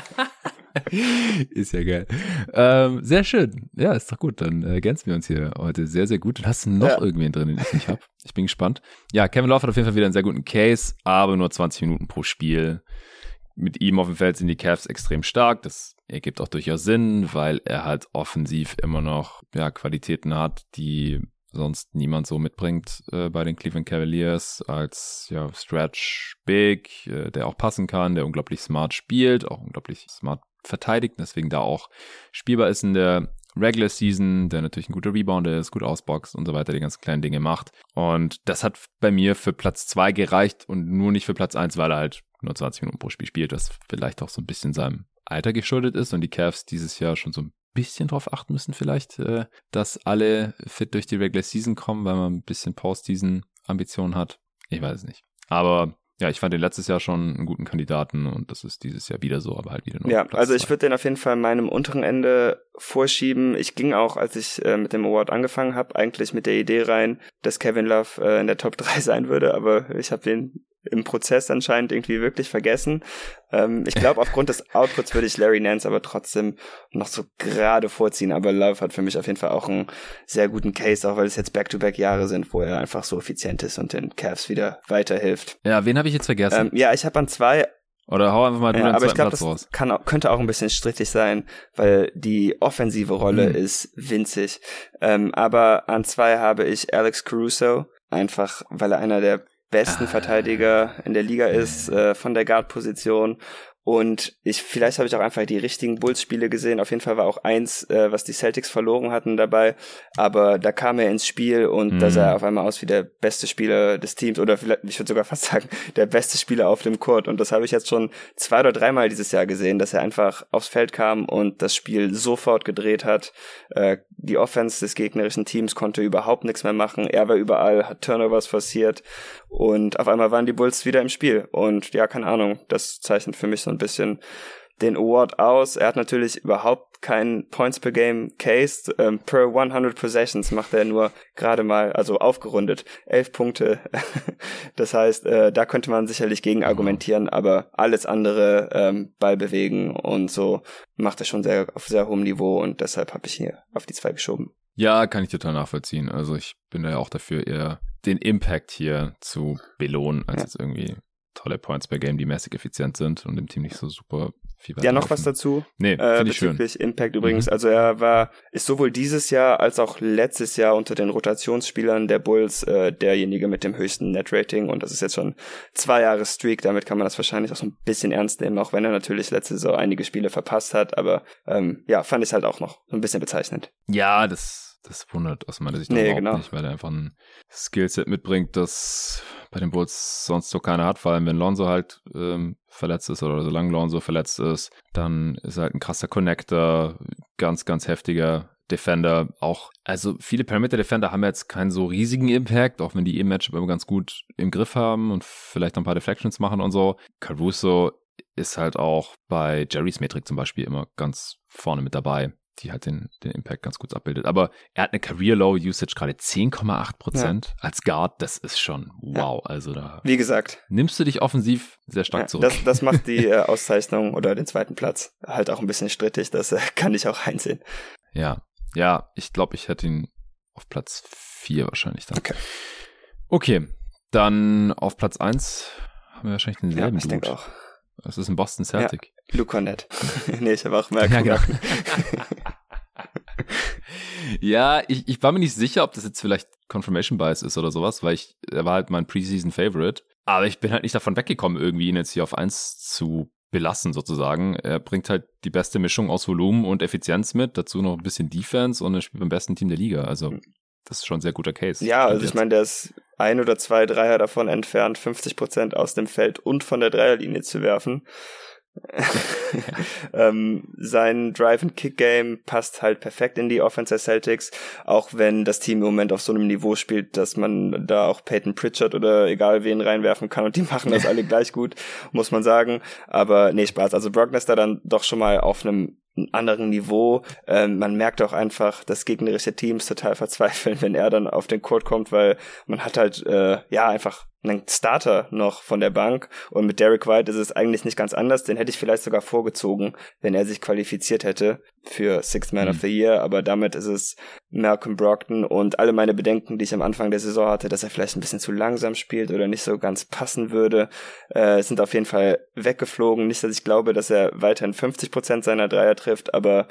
Ist ja geil. Sehr schön. Ja, ist doch gut. Dann ergänzen wir uns hier heute sehr, sehr gut. Dann hast du noch irgendwen drin, den ich nicht habe. Ich bin gespannt. Ja, Kevin Love hat auf jeden Fall wieder einen sehr guten Case, aber nur 20 Minuten pro Spiel. Mit ihm auf dem Feld sind die Cavs extrem stark. Das ergibt auch durchaus Sinn, weil er halt offensiv immer noch Qualitäten hat, die sonst niemand so mitbringt bei den Cleveland Cavaliers als Stretch Big, der auch passen kann, der unglaublich smart spielt, auch unglaublich smart verteidigt, deswegen da auch spielbar ist in der Regular Season, der natürlich ein guter Rebounder ist, gut ausboxt und so weiter, die ganzen kleinen Dinge macht. Und das hat bei mir für Platz 2 gereicht und nur nicht für Platz 1, weil er halt nur 20 Minuten pro Spiel spielt, was vielleicht auch so ein bisschen seinem Alter geschuldet ist und die Cavs dieses Jahr schon so ein bisschen drauf achten müssen vielleicht, dass alle fit durch die Regular Season kommen, weil man ein bisschen Postseason-Ambitionen hat. Ich weiß es nicht. Aber ja, ich fand den letztes Jahr schon einen guten Kandidaten und das ist dieses Jahr wieder so, aber halt wieder nur Platz also 2. Ich würde den auf jeden Fall meinem unteren Ende vorschieben. Ich ging auch, als ich mit dem Award angefangen habe, eigentlich mit der Idee rein, dass Kevin Love in der Top 3 sein würde, aber ich habe den im Prozess anscheinend irgendwie wirklich vergessen. Ich glaube, aufgrund des Outputs würde ich Larry Nance aber trotzdem noch so gerade vorziehen, aber Love hat für mich auf jeden Fall auch einen sehr guten Case, auch weil es jetzt Back-to-Back-Jahre sind, wo er einfach so effizient ist und den Cavs wieder weiterhilft. Ja, wen habe ich jetzt vergessen? Ich habe an 2... Oder hau einfach mal den aber zweiten Platz raus. Aber ich glaube, das könnte auch ein bisschen strittig sein, weil die offensive Rolle ist winzig. Aber an 2 habe ich Alex Caruso, einfach weil er einer der besten Verteidiger in der Liga ist, von der Guard-Position Und vielleicht habe ich auch einfach die richtigen Bulls-Spiele gesehen. Auf jeden Fall war auch eins, was die Celtics verloren hatten dabei. Aber da kam er ins Spiel und da sah er auf einmal aus wie der beste Spieler des Teams oder vielleicht, ich würde sogar fast sagen, der beste Spieler auf dem Court. Und das habe ich jetzt schon 2 oder 3 Mal dieses Jahr gesehen, dass er einfach aufs Feld kam und das Spiel sofort gedreht hat. Die Offense des gegnerischen Teams konnte überhaupt nichts mehr machen. Er war überall, hat Turnovers forciert und auf einmal waren die Bulls wieder im Spiel. Und ja, keine Ahnung, das zeichnet für mich so ein bisschen den Award aus. Er hat natürlich überhaupt keinen Points per Game Case. Per 100 Possessions macht er nur gerade mal, also aufgerundet, 11 Punkte. Das heißt, da könnte man sicherlich gegen argumentieren, aber alles andere, Ball bewegen und so, macht er schon auf sehr hohem Niveau und deshalb habe ich hier auf die 2 geschoben. Ja, kann ich total nachvollziehen. Also ich bin da ja auch dafür, eher den Impact hier zu belohnen, als jetzt irgendwie tolle Points per Game, die mäßig effizient sind und dem Team nicht so super viel weiter. Ja, noch was dazu. Nee, finde ich schön. Bezüglich Impact übrigens. Also ist sowohl dieses Jahr als auch letztes Jahr unter den Rotationsspielern der Bulls derjenige mit dem höchsten Net-Rating und das ist jetzt schon 2 Jahre Streak. Damit kann man das wahrscheinlich auch so ein bisschen ernst nehmen, auch wenn er natürlich letzte Saison einige Spiele verpasst hat. Aber fand ich halt auch noch so ein bisschen bezeichnend. Ja, das wundert aus meiner Sicht überhaupt nicht, weil er einfach ein Skillset mitbringt, das bei den Bulls sonst so keiner hat, vor allem wenn Lonzo halt verletzt ist oder solange Lonzo verletzt ist, dann ist er halt ein krasser Connector, ganz, ganz heftiger Defender auch. Also viele Perimeter-Defender haben jetzt keinen so riesigen Impact, auch wenn die im Matchup immer ganz gut im Griff haben und vielleicht noch ein paar Deflections machen und so. Caruso ist halt auch bei Jerry's Metrik zum Beispiel immer ganz vorne mit dabei, die halt den Impact ganz gut abbildet. Aber er hat eine Career-Low-Usage gerade 10,8% als Guard. Das ist schon wow. Ja. Also da wie gesagt, nimmst du dich offensiv sehr stark zurück. Das macht die Auszeichnung oder den 2. Platz halt auch ein bisschen strittig. Das kann ich auch einsehen. Ja, ich glaube, ich hätte ihn auf Platz 4 wahrscheinlich dann. Okay, dann auf Platz 1 haben wir wahrscheinlich denselben Dude. Ich denke auch. Das ist ein Boston Celtic. Ja, Luke Kornet. Nee, ich habe auch Malcolm. Ja, genau. Ja, ich war mir nicht sicher, ob das jetzt vielleicht Confirmation Bias ist oder sowas, weil er war halt mein Preseason Favorite. Aber ich bin halt nicht davon weggekommen, irgendwie ihn jetzt hier auf 1 zu belassen sozusagen. Er bringt halt die beste Mischung aus Volumen und Effizienz mit, dazu noch ein bisschen Defense und er spielt beim besten Team der Liga. Also das ist schon ein sehr guter Case. Ja, also ich meine, der ist 1 oder 2 Dreier davon entfernt, 50% aus dem Feld und von der Dreierlinie zu werfen. Sein Drive-and-Kick-Game passt halt perfekt in die Offense der Celtics, auch wenn das Team im Moment auf so einem Niveau spielt, dass man da auch Peyton Pritchard oder egal wen reinwerfen kann und die machen das alle gleich gut, muss man sagen. Aber nee, Spaß. Also Brock Lesnar dann doch schon mal auf einem anderen Niveau. Man merkt auch einfach, dass gegnerische Teams total verzweifeln, wenn er dann auf den Court kommt, weil man hat halt einfach einen Starter noch von der Bank und mit Derek White ist es eigentlich nicht ganz anders. Den hätte ich vielleicht sogar vorgezogen, wenn er sich qualifiziert hätte für Sixth Man of the Year, aber damit ist es Malcolm Brogdon und alle meine Bedenken, die ich am Anfang der Saison hatte, dass er vielleicht ein bisschen zu langsam spielt oder nicht so ganz passen würde, sind auf jeden Fall weggeflogen. Nicht, dass ich glaube, dass er weiterhin 50% seiner Dreier trifft, aber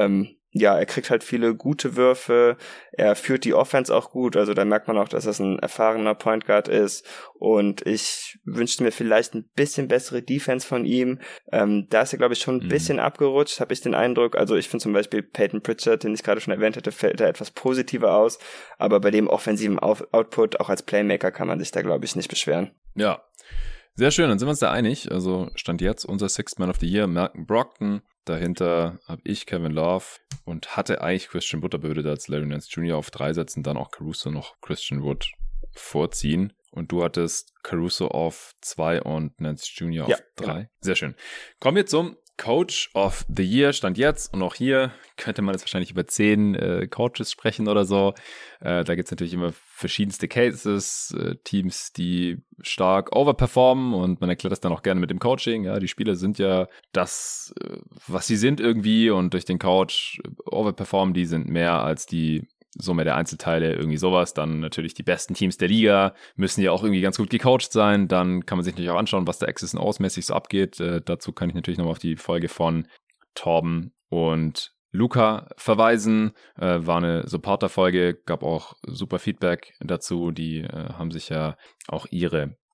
er kriegt halt viele gute Würfe, er führt die Offense auch gut, also da merkt man auch, dass das ein erfahrener Point Guard ist und ich wünschte mir vielleicht ein bisschen bessere Defense von ihm. Da ist er, glaube ich, schon ein bisschen abgerutscht, habe ich den Eindruck. Also ich finde zum Beispiel Peyton Pritchard, den ich gerade schon erwähnt hatte, fällt da etwas positiver aus, aber bei dem offensiven Output, auch als Playmaker, kann man sich da, glaube ich, nicht beschweren. Ja, sehr schön, dann sind wir uns da einig. Also stand jetzt unser Sixth Man of the Year, Malcolm Brogdon. Dahinter habe ich Kevin Love und hatte eigentlich Christian Wood, aber würde da als Larry Nance Jr. auf 3 setzen, dann auch Caruso noch Christian Wood vorziehen. Und du hattest Caruso auf 2 und Nance Jr. auf 3. Genau. Sehr schön. Kommen wir zum Coach of the Year, stand jetzt. Und auch hier könnte man jetzt wahrscheinlich über 10 Coaches sprechen oder so. Da gibt es natürlich immer verschiedenste Cases, Teams, die stark overperformen und man erklärt das dann auch gerne mit dem Coaching. Ja, die Spieler sind ja das, was sie sind irgendwie und durch den Coach overperformen, die sind mehr als die Summe der Einzelteile, irgendwie sowas. Dann natürlich die besten Teams der Liga müssen ja auch irgendwie ganz gut gecoacht sein. Dann kann man sich natürlich auch anschauen, was da X's und O's mäßig so abgeht. Dazu kann ich natürlich nochmal auf die Folge von Torben und Luca verweisen. War eine Supporter-Folge, gab auch super Feedback dazu. Die haben sich ja auch ihre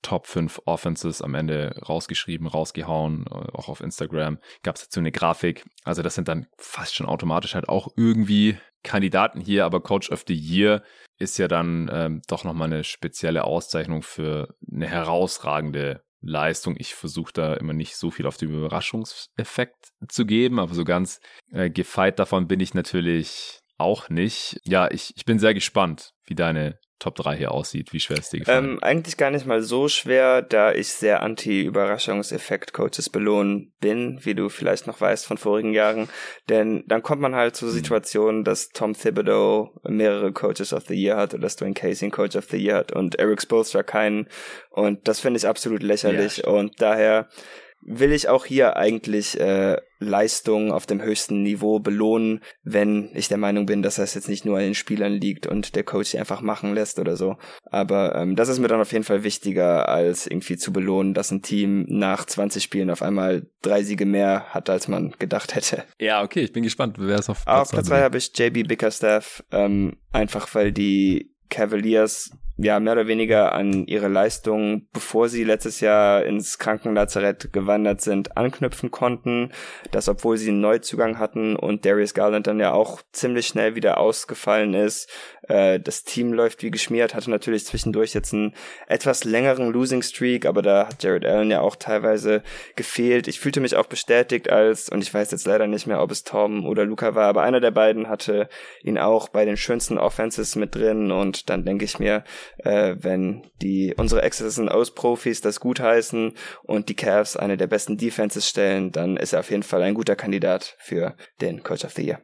Top 5 Offenses am Ende rausgeschrieben, rausgehauen, auch auf Instagram gab es dazu eine Grafik. Also das sind dann fast schon automatisch halt auch irgendwie Kandidaten hier, aber Coach of the Year ist ja dann doch nochmal eine spezielle Auszeichnung für eine herausragende Leistung. Ich versuche da immer nicht so viel auf den Überraschungseffekt zu geben, aber so ganz gefeit davon bin ich natürlich auch nicht. Ja, ich bin sehr gespannt, wie deine Top 3 hier aussieht. Wie schwer ist dir gefallen? Eigentlich gar nicht mal so schwer, da ich sehr anti-Überraschungseffekt-Coaches belohnen bin, wie du vielleicht noch weißt von vorigen Jahren. Denn dann kommt man halt zu Situationen, dass Tom Thibodeau mehrere Coaches of the Year hat oder dass Dwayne Casey einen Coach of the Year hat und Eric Spoelstra keinen. Und das finde ich absolut lächerlich. Ja. Und daher will ich auch hier eigentlich Leistungen auf dem höchsten Niveau belohnen, wenn ich der Meinung bin, dass das jetzt nicht nur an den Spielern liegt und der Coach sie einfach machen lässt oder so. Aber das ist mir dann auf jeden Fall wichtiger, als irgendwie zu belohnen, dass ein Team nach 20 Spielen auf einmal 3 Siege mehr hat, als man gedacht hätte. Ja, okay, ich bin gespannt, wer es auf Platz 2 habe ich JB Bickerstaff, einfach weil die Cavaliers ja mehr oder weniger an ihre Leistungen, bevor sie letztes Jahr ins Krankenlazarett gewandert sind, anknüpfen konnten. Das, obwohl sie einen Neuzugang hatten und Darius Garland dann ja auch ziemlich schnell wieder ausgefallen ist. Das Team läuft wie geschmiert, hatte natürlich zwischendurch jetzt einen etwas längeren Losing Streak, aber da hat Jared Allen ja auch teilweise gefehlt. Ich fühlte mich auch bestätigt und ich weiß jetzt leider nicht mehr, ob es Tom oder Luka war, aber einer der beiden hatte ihn auch bei den schönsten Offenses mit drin und dann denke ich mir, wenn unsere X's und O's Profis das gutheißen und die Cavs eine der besten Defenses stellen, dann ist er auf jeden Fall ein guter Kandidat für den Coach of the Year.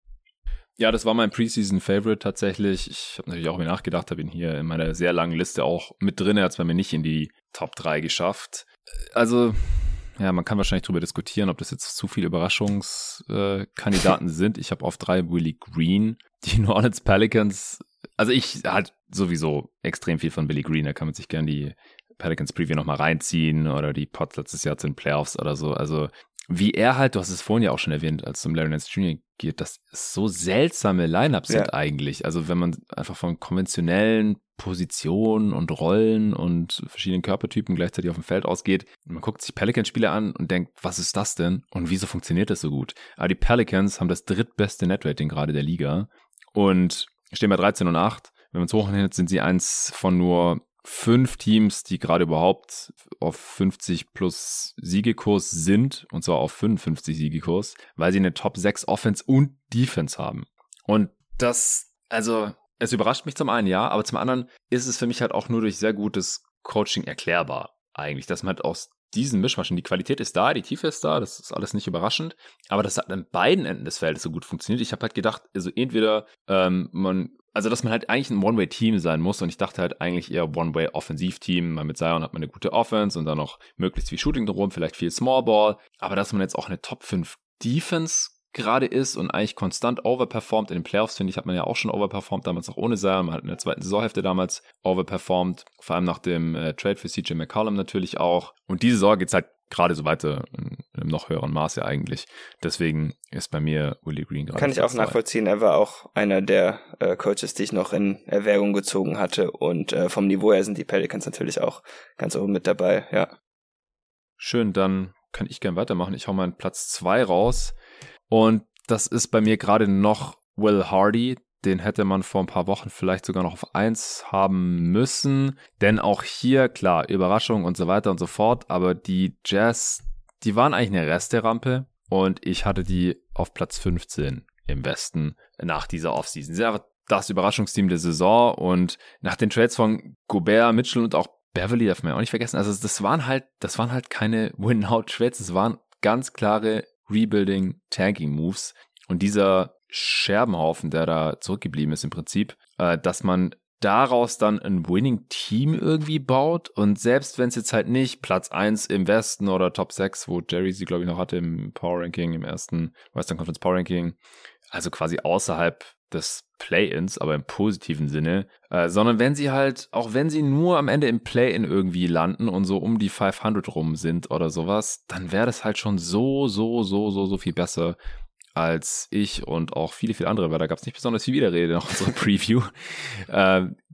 Ja, das war mein Preseason-Favorite tatsächlich. Ich habe natürlich auch mir nachgedacht, habe ihn hier in meiner sehr langen Liste auch mit drin. Er hat es bei mir nicht in die Top 3 geschafft. Also, ja, man kann wahrscheinlich drüber diskutieren, ob das jetzt zu viele Überraschungskandidaten sind. Ich habe auf 3 Willie Green, die New Orleans Pelicans. Also ich halt sowieso extrem viel von Willie Green. Da kann man sich gerne die Pelicans Preview nochmal reinziehen oder die Pods letztes Jahr zu den Playoffs oder so. Also wie er halt, du hast es vorhin ja auch schon erwähnt, als es um Larry Nance Jr. geht, das ist so seltsame Lineups sind eigentlich. Also wenn man einfach von konventionellen Positionen und Rollen und verschiedenen Körpertypen gleichzeitig auf dem Feld ausgeht, man guckt sich Pelicans-Spiele an und denkt, was ist das denn? Und wieso funktioniert das so gut? Aber die Pelicans haben das drittbeste Netrating gerade der Liga und stehen bei 13-8. Wenn man es hochrechnet, sind sie eins von nur 5 Teams, die gerade überhaupt auf 50 plus Siegekurs sind, und zwar auf 55 Siegekurs, weil sie eine Top 6 Offense und Defense haben. Und das, also, es überrascht mich zum einen, ja, aber zum anderen ist es für mich halt auch nur durch sehr gutes Coaching erklärbar, eigentlich, dass man halt aus diesen Mischmaschen, die Qualität ist da, die Tiefe ist da, das ist alles nicht überraschend, aber das hat an beiden Enden des Feldes so gut funktioniert. Ich habe halt gedacht, also entweder dass man halt eigentlich ein One-Way-Team sein muss und ich dachte halt eigentlich eher One-Way-Offensiv-Team, weil mit Zion hat man eine gute Offense und dann noch möglichst viel Shooting drum, vielleicht viel Small-Ball, aber dass man jetzt auch eine Top-5-Defense gerade ist und eigentlich konstant overperformt in den Playoffs, finde ich, hat man ja auch schon overperformt, damals auch ohne Zion, man hat in der zweiten Saisonhälfte damals overperformt, vor allem nach dem Trade für CJ McCollum natürlich auch und diese Saison geht's halt gerade so weiter in einem noch höheren Maße eigentlich. Deswegen ist bei mir Willie Green gerade. Kann ich auch nachvollziehen. Er war auch einer der Coaches, die ich noch in Erwägung gezogen hatte. Und vom Niveau her sind die Pelicans natürlich auch ganz oben mit dabei, ja. Schön, dann kann ich gern weitermachen. Ich hau meinen Platz 2 raus. Und das ist bei mir gerade noch Will Hardy. Den hätte man vor ein paar Wochen vielleicht sogar noch auf 1 haben müssen. Denn auch hier, klar, Überraschung und so weiter und so fort. Aber die Jazz, die waren eigentlich eine Resterampe. Und ich hatte die auf Platz 15 im Westen nach dieser Offseason. Sie sind einfach das Überraschungsteam der Saison. Und nach den Trades von Gobert, Mitchell und auch Beverly darf man ja auch nicht vergessen. Also das waren halt keine Win-Now-Trades. Das waren ganz klare Rebuilding-Tanking-Moves. Und dieser Scherbenhaufen, der da zurückgeblieben ist im Prinzip, dass man daraus dann ein Winning-Team irgendwie baut und selbst wenn es jetzt halt nicht Platz 1 im Westen oder Top 6, wo Jerry sie glaube ich noch hatte im Power-Ranking, im ersten Western Conference Power-Ranking, also quasi außerhalb des Play-Ins, aber im positiven Sinne, sondern wenn sie halt, auch wenn sie nur am Ende im Play-In irgendwie landen und so um die 500 rum sind oder sowas, dann wäre das halt schon so viel besser als ich und auch viele andere, weil da gab es nicht besonders viel Widerrede in unserer Preview,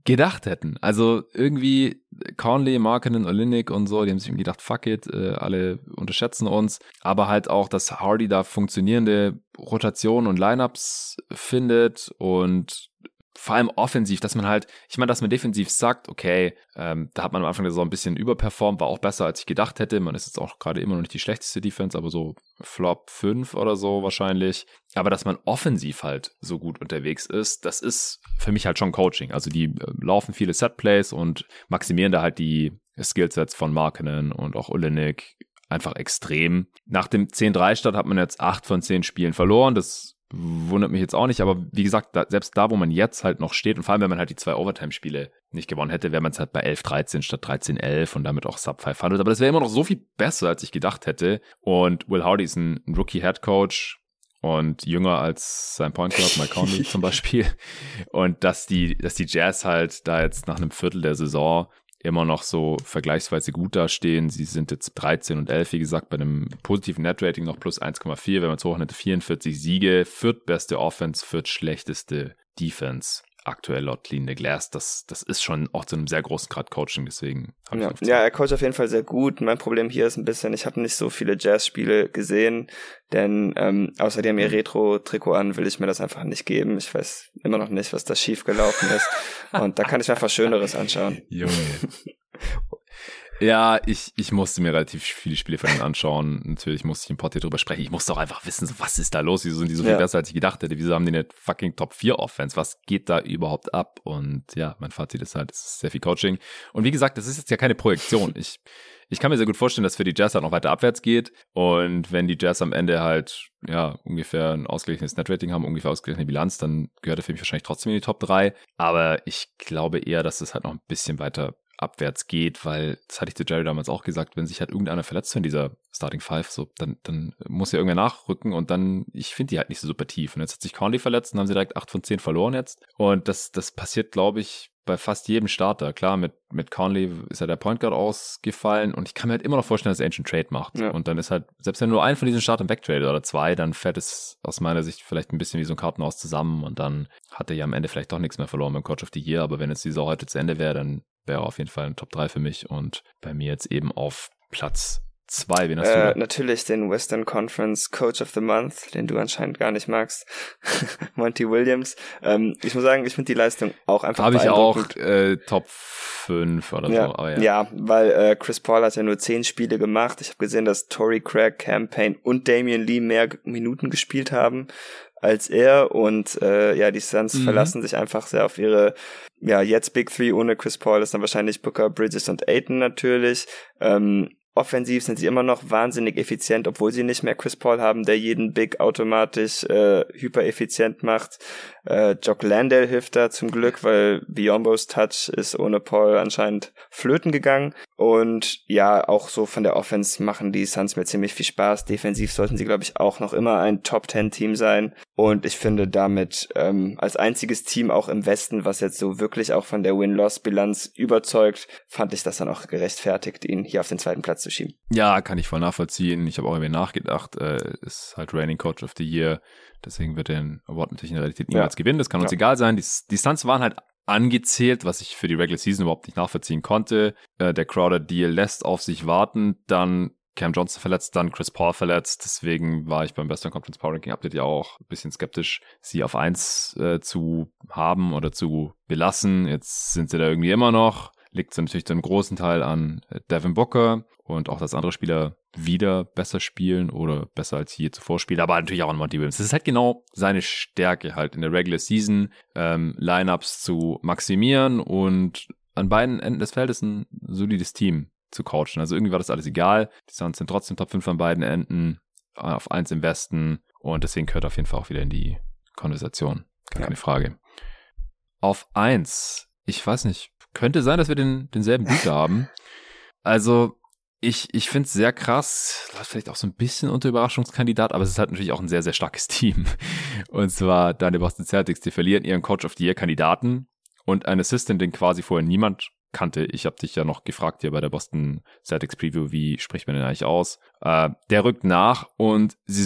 gedacht hätten. Also irgendwie Conley, Markkanen, Olynyk und so, die haben sich irgendwie gedacht, fuck it, alle unterschätzen uns. Aber halt auch, dass Hardy da funktionierende Rotationen und Lineups findet und vor allem offensiv, dass man halt, ich meine, dass man defensiv sagt, okay, da hat man am Anfang der Saison ein bisschen überperformt, war auch besser, als ich gedacht hätte. Man ist jetzt auch gerade immer noch nicht die schlechteste Defense, aber so Flop 5 oder so wahrscheinlich. Aber dass man offensiv halt so gut unterwegs ist, das ist für mich halt schon Coaching. Also die laufen viele Setplays und maximieren da halt die Skillsets von Markkanen und auch Olynyk einfach extrem. Nach dem 10-3-Start hat man jetzt 8 von 10 Spielen verloren. Das wundert mich jetzt auch nicht, aber wie gesagt, selbst da, wo man jetzt halt noch steht und vor allem, wenn man halt die 2 Overtime-Spiele nicht gewonnen hätte, wäre man es halt bei 11-13 statt 13-11 und damit auch Sub 500, aber das wäre immer noch so viel besser, als ich gedacht hätte. Und Will Hardy ist ein Rookie-Head-Coach und jünger als sein Point Guard, Mike Conley zum Beispiel, und dass die Jazz halt da jetzt nach einem Viertel der Saison immer noch so vergleichsweise gut dastehen. Sie sind jetzt 13 und 11, wie gesagt, bei einem positiven Net-Rating noch plus 1,4. Wenn man es hochnimmt, 44 Siege, viertbeste Offense, viertschlechteste Defense. Aktuell laut Clean the Glass. Das ist schon auch zu einem sehr großen Grad Coaching, deswegen habe ich ja, er coacht auf jeden Fall sehr gut. Mein Problem hier ist ein bisschen, ich habe nicht so viele Jazz-Spiele gesehen, denn außer die haben ihr Retro-Trikot an, will ich mir das einfach nicht geben. Ich weiß immer noch nicht, was da schief gelaufen ist. Und da kann ich mir einfach Schöneres anschauen. Junge. Ja, ich musste mir relativ viele Spiele von ihnen anschauen. Natürlich musste ich im Pod hier drüber sprechen. Ich musste auch einfach wissen, was ist da los? Wieso sind die so viel besser, als ich gedacht hätte? Wieso haben die eine fucking Top 4 Offense? Was geht da überhaupt ab? Und ja, mein Fazit ist halt, es ist sehr viel Coaching. Und wie gesagt, das ist jetzt ja keine Projektion. Ich kann mir sehr gut vorstellen, dass für die Jazz halt noch weiter abwärts geht. Und wenn die Jazz am Ende halt, ja, ungefähr ein ausgeglichenes Netrating haben, ungefähr ausgeglichene Bilanz, dann gehört er für mich wahrscheinlich trotzdem in die Top 3. Aber ich glaube eher, dass es halt noch ein bisschen weiter abwärts geht, weil, das hatte ich zu Jerry damals auch gesagt, wenn sich halt irgendeiner verletzt in dieser Starting Five, so, dann muss ja irgendwer nachrücken und dann, ich finde die halt nicht so super tief. Und jetzt hat sich Conley verletzt und haben sie direkt 8 von 10 verloren jetzt. Und das passiert, glaube ich, bei fast jedem Starter. Klar, mit Conley ist ja der Point Guard ausgefallen und ich kann mir halt immer noch vorstellen, dass er einen Trade macht. Ja. Und dann ist halt, selbst wenn nur einen von diesen Startern wegtradet oder 2, dann fällt es aus meiner Sicht vielleicht ein bisschen wie so ein Kartenhaus zusammen und dann hat er ja am Ende vielleicht doch nichts mehr verloren beim Coach of the Year, aber wenn jetzt die Saison heute zu Ende wäre, dann wäre auf jeden Fall ein Top 3 für mich und bei mir jetzt eben auf Platz 2. Wen hast du? Natürlich den Western Conference Coach of the Month, den du anscheinend gar nicht magst. Monty Williams. Ich muss sagen, ich finde die Leistung auch einfach beeindruckend. Habe ich auch Top 5 oder so. Aber ja, weil Chris Paul hat ja nur 10 Spiele gemacht. Ich habe gesehen, dass Torrey Craig, Cam Payne und Damian Lee mehr Minuten gespielt haben als er und die Suns verlassen sich einfach sehr auf ihre jetzt Big Three ohne Chris Paul ist dann wahrscheinlich Booker, Bridges und Ayton natürlich. Offensiv sind sie immer noch wahnsinnig effizient, obwohl sie nicht mehr Chris Paul haben, der jeden Big automatisch hypereffizient macht. Jock Landale hilft da zum Glück, weil Biombos Touch ist ohne Paul anscheinend flöten gegangen. Und ja, auch so von der Offense machen die Suns mir ziemlich viel Spaß. Defensiv sollten sie, glaube ich, auch noch immer ein Top-10-Team sein. Und ich finde damit als einziges Team auch im Westen, was jetzt so wirklich auch von der Win-Loss-Bilanz überzeugt, fand ich das dann auch gerechtfertigt, ihn hier auf den 2. Platz zu schieben. Ja, kann ich voll nachvollziehen. Ich habe auch über ihn nachgedacht. Ist halt Reigning Coach of the Year. Deswegen wird er den Award natürlich in der Realität niemals gewinnen. Das kann uns egal sein. Die Suns waren halt angezählt, was ich für die Regular Season überhaupt nicht nachvollziehen konnte. Der Crowder-Deal lässt auf sich warten. Dann Cam Johnson verletzt, dann Chris Paul verletzt. Deswegen war ich beim Western Conference Power Ranking Update ja auch ein bisschen skeptisch, sie auf 1 zu haben oder zu belassen. Jetzt sind sie da irgendwie immer noch. Liegt so natürlich zu einem großen Teil an Devin Booker und auch, dass andere Spieler wieder besser spielen oder besser als je zuvor spielen, aber natürlich auch an Monty Williams. Das ist halt genau seine Stärke halt in der Regular Season, Lineups zu maximieren und an beiden Enden des Feldes ein solides Team zu coachen. Also irgendwie war das alles egal. Die Suns sind trotzdem Top 5 an beiden Enden, auf 1 im Westen und deswegen gehört auf jeden Fall auch wieder in die Konversation. Keine Frage. Auf 1, ich weiß nicht, könnte sein, dass wir denselben Dude haben. Also ich finde es sehr krass, läuft vielleicht auch so ein bisschen unter Überraschungskandidat, aber es ist halt natürlich auch ein sehr, sehr starkes Team. Und zwar deine Boston Celtics, die verlieren ihren Coach of the Year Kandidaten und einen Assistant, den quasi vorher niemand kannte. Ich habe dich ja noch gefragt hier bei der Boston Celtics Preview, wie spricht man den eigentlich aus? Der rückt nach und sie sind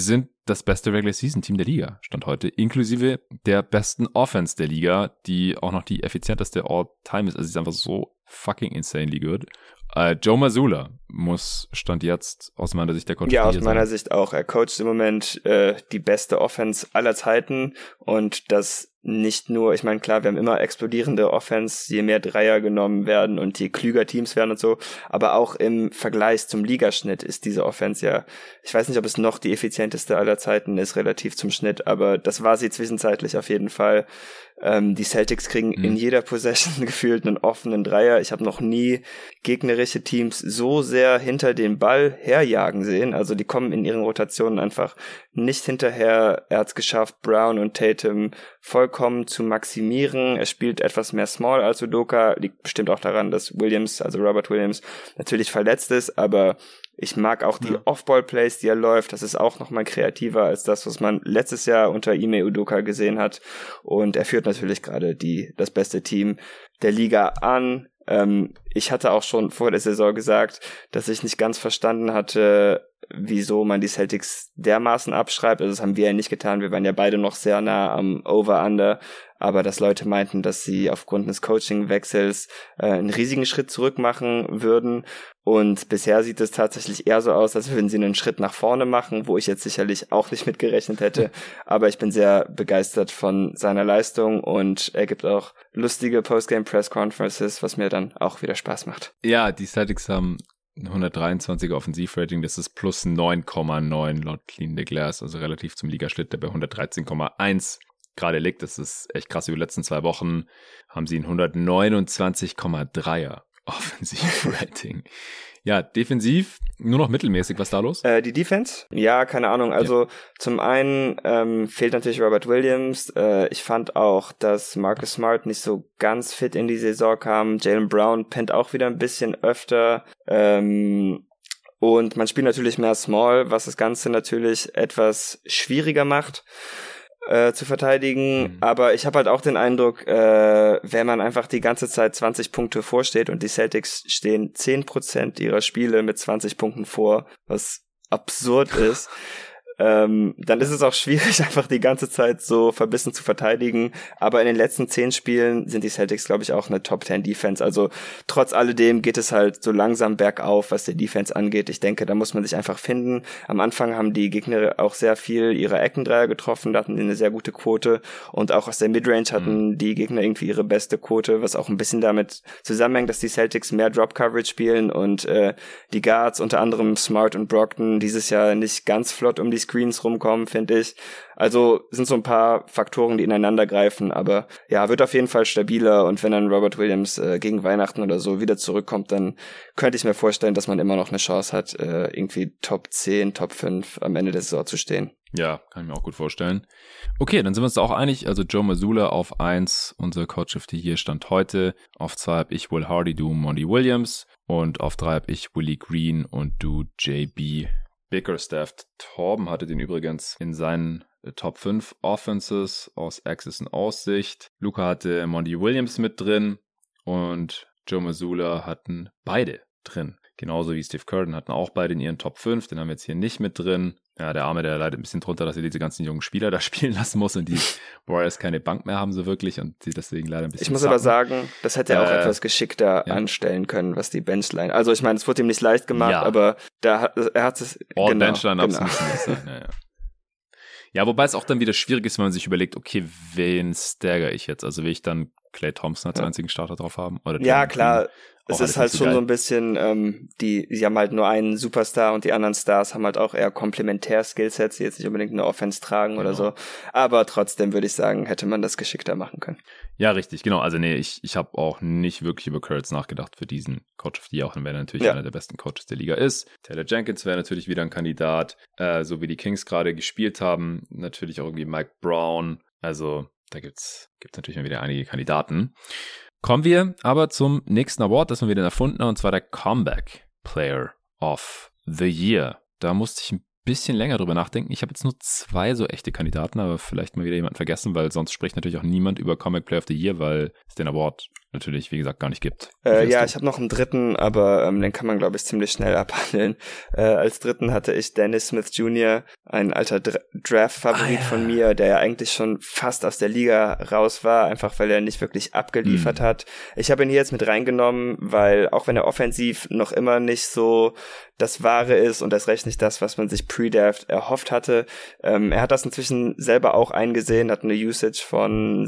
das beste Regular-Season-Team der Liga, Stand heute, inklusive der besten Offense der Liga, die auch noch die effizienteste All-Time ist. Also sie ist einfach so fucking insanely good. Joe Mazzulla muss Stand jetzt aus meiner Sicht der Coach ja, aus meiner Sicht auch. Er coacht im Moment die beste Offense aller Zeiten und das nicht nur, ich meine, klar, wir haben immer explodierende Offense, je mehr Dreier genommen werden und je klüger Teams werden und so, aber auch im Vergleich zum Ligaschnitt ist diese Offense ja, ich weiß nicht, ob es noch die effizienteste aller Zeiten ist, relativ zum Schnitt, aber das war sie zwischenzeitlich auf jeden Fall. Die Celtics kriegen in jeder Possession gefühlt einen offenen Dreier. Ich habe noch nie gegnerische Teams so sehr hinter den Ball herjagen sehen. Also die kommen in ihren Rotationen einfach nicht hinterher. Er hat es geschafft, Brown und Tatum vollkommen zu maximieren. Er spielt etwas mehr Small als Udoka. Liegt bestimmt auch daran, dass Williams, also Robert Williams, natürlich verletzt ist, aber ich mag auch die Off-Ball-Plays, die er läuft. Das ist auch nochmal kreativer als das, was man letztes Jahr unter Ime Udoka gesehen hat. Und er führt natürlich gerade das beste Team der Liga an. Ich hatte auch schon vor der Saison gesagt, dass ich nicht ganz verstanden hatte, wieso man die Celtics dermaßen abschreibt. Also das haben wir ja nicht getan. Wir waren ja beide noch sehr nah am Over-Under. Aber dass Leute meinten, dass sie aufgrund des Coaching-Wechsels einen riesigen Schritt zurück machen würden. Und bisher sieht es tatsächlich eher so aus, als würden sie einen Schritt nach vorne machen, wo ich jetzt sicherlich auch nicht mit gerechnet hätte. Aber ich bin sehr begeistert von seiner Leistung und er gibt auch lustige Postgame-Press-Conferences, was mir dann auch wieder Spaß macht. Ja, die Celtics haben 123er Offensivrating, das ist plus 9,9 laut Clean the Glass, also relativ zum Ligaschnitt, der bei 113,1 gerade liegt. Das ist echt krass. Über die letzten 2 Wochen haben sie ein 129,3er Offensivrating. Ja, defensiv nur noch mittelmäßig. Was ist da los? Die Defense? Ja, keine Ahnung. Also zum einen fehlt natürlich Robert Williams. Ich fand auch, dass Marcus Smart nicht so ganz fit in die Saison kam. Jaylen Brown pennt auch wieder ein bisschen öfter. Und man spielt natürlich mehr Small, was das Ganze natürlich etwas schwieriger macht zu verteidigen, aber ich habe halt auch den Eindruck, wenn man einfach die ganze Zeit 20 Punkte vorsteht und die Celtics stehen 10% ihrer Spiele mit 20 Punkten vor, was absurd ist, dann ist es auch schwierig, einfach die ganze Zeit so verbissen zu verteidigen. Aber in den letzten 10 Spielen sind die Celtics, glaube ich, auch eine Top-10 Defense. Also trotz alledem geht es halt so langsam bergauf, was die Defense angeht. Ich denke, da muss man sich einfach finden. Am Anfang haben die Gegner auch sehr viel ihre Eckendreier getroffen, da hatten die eine sehr gute Quote. Und auch aus der Midrange hatten die Gegner irgendwie ihre beste Quote, was auch ein bisschen damit zusammenhängt, dass die Celtics mehr Drop-Coverage spielen und die Guards, unter anderem Smart und Brogdon, dieses Jahr nicht ganz flott um die Screens rumkommen, finde ich. Also sind so ein paar Faktoren, die ineinander greifen, aber ja, wird auf jeden Fall stabiler und wenn dann Robert Williams gegen Weihnachten oder so wieder zurückkommt, dann könnte ich mir vorstellen, dass man immer noch eine Chance hat, irgendwie Top 10, Top 5 am Ende der Saison zu stehen. Ja, kann ich mir auch gut vorstellen. Okay, dann sind wir uns da auch einig. Also Joe Mazzulla auf 1, unser Coach of the Year Stand heute. Auf 2 habe ich Will Hardy, du Monty Williams. Und auf 3 habe ich Willie Green und du JB Bickerstaff. Torben hatte den übrigens in seinen Top 5 Offenses aus Access und Aussicht. Luca hatte Monty Williams mit drin und Joe Mazzulla hatten beide drin. Genauso wie Steve Kerr, hatten auch beide in ihren Top 5. Den haben wir jetzt hier nicht mit drin. Ja, der Arme, der leidet ein bisschen drunter, dass er diese ganzen jungen Spieler da spielen lassen muss und die Warriors keine Bank mehr haben so wirklich und sie deswegen leider ein bisschen Ich muss aber sagen, das hätte er auch etwas geschickter anstellen können, was die Benchline. Also ich meine, es wurde ihm nicht leicht gemacht, aber er hat es Benchline absolut nicht sein. Ja, wobei es auch dann wieder schwierig ist, wenn man sich überlegt, okay, wen stagger ich jetzt? Also will ich dann Klay Thompson als einzigen Starter drauf haben? Oder ja, klar. Es ist halt schon so ein bisschen, die haben halt nur einen Superstar und die anderen Stars haben halt auch eher Komplementär-Skillsets, die jetzt nicht unbedingt eine Offense tragen oder so. Aber trotzdem würde ich sagen, hätte man das geschickter machen können. Ja, richtig, genau. Also nee, ich habe auch nicht wirklich über Kurtz nachgedacht für diesen Coach of the Year, auch wenn er natürlich einer der besten Coaches der Liga ist. Taylor Jenkins wäre natürlich wieder ein Kandidat, so wie die Kings gerade gespielt haben. Natürlich auch irgendwie Mike Brown. Also da gibt's natürlich mal wieder einige Kandidaten. Kommen wir aber zum nächsten Award, das wir wieder erfunden haben, und zwar der Comeback Player of the Year. Da musste ich ein bisschen länger drüber nachdenken. Ich habe jetzt nur 2 so echte Kandidaten, aber vielleicht mal wieder jemanden vergessen, weil sonst spricht natürlich auch niemand über Comeback Player of the Year, weil es den Award natürlich, wie gesagt, gar nicht gibt. Ja, ich habe noch einen dritten, aber den kann man, glaube ich, ziemlich schnell abhandeln. Als dritten hatte ich Dennis Smith Jr., ein alter Draft-Favorit von mir, der ja eigentlich schon fast aus der Liga raus war, einfach weil er nicht wirklich abgeliefert hat. Ich habe ihn hier jetzt mit reingenommen, weil auch wenn er offensiv noch immer nicht so das Wahre ist und erst recht nicht das, was man sich pre-Draft erhofft hatte. Er hat das inzwischen selber auch eingesehen, hat eine Usage von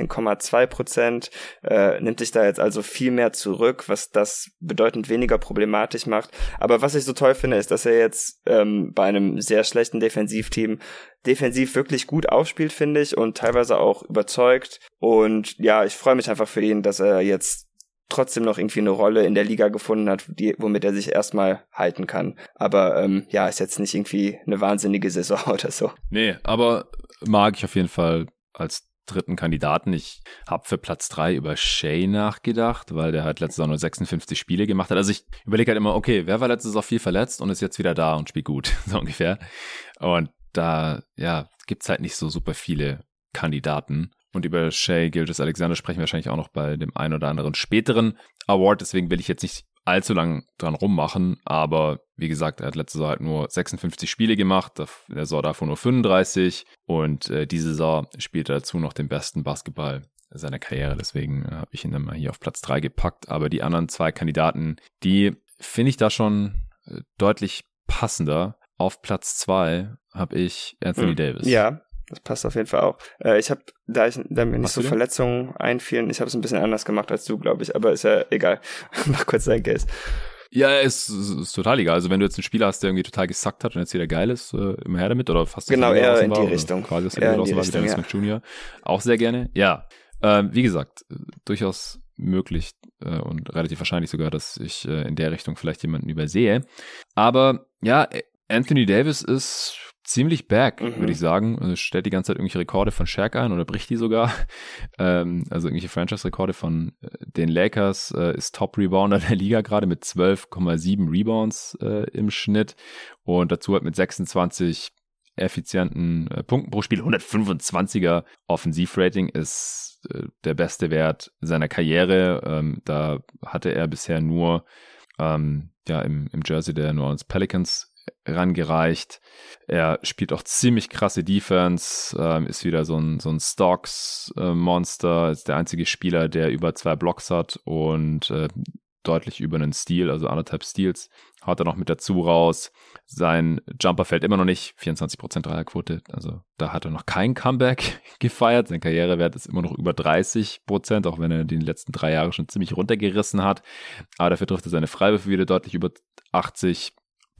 16,2%, nimmt sich da jetzt also viel mehr zurück, was das bedeutend weniger problematisch macht. Aber was ich so toll finde, ist, dass er jetzt bei einem sehr schlechten Defensivteam defensiv wirklich gut aufspielt, finde ich, und teilweise auch überzeugt. Und ja, ich freue mich einfach für ihn, dass er jetzt trotzdem noch irgendwie eine Rolle in der Liga gefunden hat, womit er sich erstmal halten kann. Aber ja, ist jetzt nicht irgendwie eine wahnsinnige Saison oder so. Nee, aber mag ich auf jeden Fall als dritten Kandidaten. Ich habe für Platz 3 über Shai nachgedacht, weil der halt letzte Saison nur 56 Spiele gemacht hat. Also ich überlege halt immer, okay, wer war letzte Saison viel verletzt und ist jetzt wieder da und spielt gut, so ungefähr. Und da, ja, gibt's halt nicht so super viele Kandidaten. Und über Shai Gilgeous-Alexander sprechen wir wahrscheinlich auch noch bei dem einen oder anderen späteren Award. Deswegen will ich jetzt nicht allzu lang dran rummachen. Aber wie gesagt, er hat letzte Saison halt nur 56 Spiele gemacht. Der Saison davon nur 35. Und diese Saison spielt er dazu noch den besten Basketball seiner Karriere. Deswegen habe ich ihn dann mal hier auf Platz 3 gepackt. Aber die anderen zwei Kandidaten, die finde ich da schon deutlich passender. Auf Platz 2 habe ich Anthony Davis. Ja. Das passt auf jeden Fall auch. Ich habe, da mir nicht so Verletzungen einfielen, ich habe es ein bisschen anders gemacht als du, glaube ich, aber ist ja egal. Mach kurz dein Case. Ja, ist total egal. Also wenn du jetzt einen Spieler hast, der irgendwie total gesackt hat und jetzt wieder geil ist, immer her damit, oder fast genau, eher in die Richtung. Quasi aus der Liga raus war, wie Smith Jr. Auch sehr gerne. Ja, wie gesagt, durchaus möglich und relativ wahrscheinlich sogar, dass ich in der Richtung vielleicht jemanden übersehe. Aber ja, Anthony Davis ist ziemlich back, würde ich sagen. Also stellt die ganze Zeit irgendwelche Rekorde von Shaq ein oder bricht die sogar. Also irgendwelche Franchise-Rekorde von den Lakers, ist Top-Rebounder der Liga gerade mit 12,7 Rebounds im Schnitt und dazu halt mit 26 effizienten Punkten pro Spiel. 125er Offensivrating ist der beste Wert seiner Karriere. Da hatte er bisher nur im Jersey der New Orleans Pelicans rangereicht. Er spielt auch ziemlich krasse Defense, ist wieder so ein Stocks-Monster, ist der einzige Spieler, der über 2 Blocks hat und deutlich über einen Steal, also 1,5 Steals, haut er noch mit dazu raus. Sein Jumper fällt immer noch nicht, 24% Dreierquote, also da hat er noch kein Comeback gefeiert. Sein Karrierewert ist immer noch über 30%, auch wenn er die letzten 3 Jahre schon ziemlich runtergerissen hat. Aber dafür trifft er seine Freiwürfe wieder deutlich über 80%.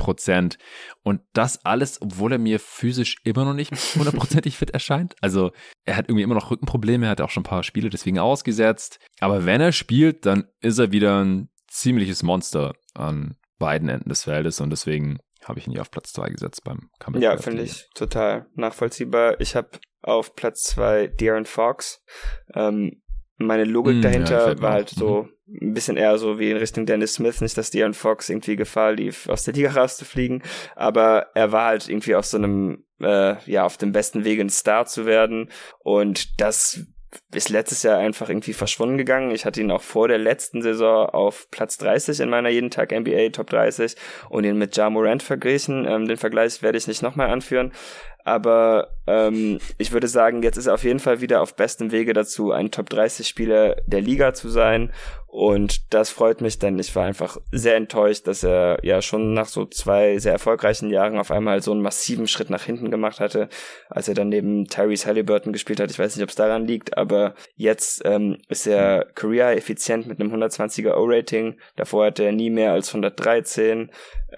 Und das alles, obwohl er mir physisch immer noch nicht 100%ig fit erscheint. Also er hat irgendwie immer noch Rückenprobleme, er hat auch schon ein paar Spiele deswegen ausgesetzt. Aber wenn er spielt, dann ist er wieder ein ziemliches Monster an beiden Enden des Feldes und deswegen habe ich ihn hier auf Platz 2 gesetzt beim Comeback. Ja, finde ich total nachvollziehbar. Ich habe auf Platz 2 De'Aaron Fox. Meine Logik dahinter war halt so ein bisschen eher so wie in Richtung Dennis Smith, nicht, dass De'Aaron Fox irgendwie Gefahr lief, aus der Liga rauszufliegen, aber er war halt irgendwie auf so einem, auf dem besten Wege ein Star zu werden und das ist letztes Jahr einfach irgendwie verschwunden gegangen. Ich hatte ihn auch vor der letzten Saison auf Platz 30 in meiner jeden Tag NBA Top 30 und ihn mit Ja Morant verglichen. Den Vergleich werde ich nicht nochmal anführen. Aber ich würde sagen, jetzt ist er auf jeden Fall wieder auf bestem Wege dazu, ein Top-30-Spieler der Liga zu sein. Und das freut mich, denn ich war einfach sehr enttäuscht, dass er ja schon nach so 2 sehr erfolgreichen Jahren auf einmal so einen massiven Schritt nach hinten gemacht hatte, als er dann neben Tyrese Halliburton gespielt hat. Ich weiß nicht, ob es daran liegt, aber jetzt ist er career-effizient mit einem 120er O-Rating. Davor hatte er nie mehr als 113.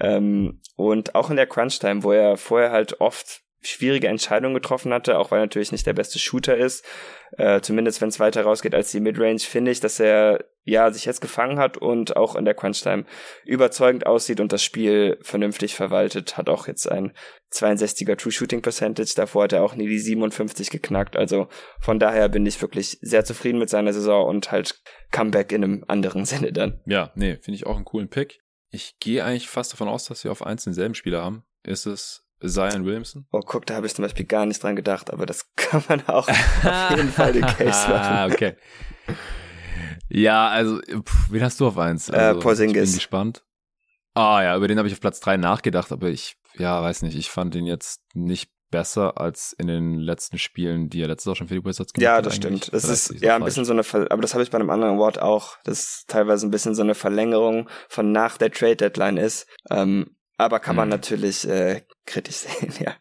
Und auch in der Crunch-Time, wo er vorher halt oft schwierige Entscheidungen getroffen hatte, auch weil er natürlich nicht der beste Shooter ist, zumindest wenn es weiter rausgeht als die Midrange, finde ich, dass er sich jetzt gefangen hat und auch in der Crunch-Time überzeugend aussieht und das Spiel vernünftig verwaltet, hat auch jetzt ein 62er True Shooting Percentage, davor hat er auch nie die 57 geknackt, also von daher bin ich wirklich sehr zufrieden mit seiner Saison und halt Comeback in einem anderen Sinne dann. Ja, nee, finde ich auch einen coolen Pick. Ich gehe eigentlich fast davon aus, dass wir auf 1 denselben Spieler haben. Ist es Zion Williamson? Oh, guck, da habe ich zum Beispiel gar nicht dran gedacht, aber das kann man auch auf jeden Fall den Case machen. Okay. Ja, also, wen hast du auf 1? Also, Porzingis. Ich bin gespannt. Ja, über den habe ich auf Platz 3 nachgedacht, aber weiß nicht, ich fand ihn jetzt nicht besser als in den letzten Spielen, die er letztes Jahr schon für die Wizards gemacht hat. Ja, das stimmt. Das ist ein bisschen so eine, aber das habe ich bei einem anderen Award auch, das teilweise ein bisschen so eine Verlängerung von nach der Trade-Deadline ist, aber kann man natürlich kritisch sehen, ja.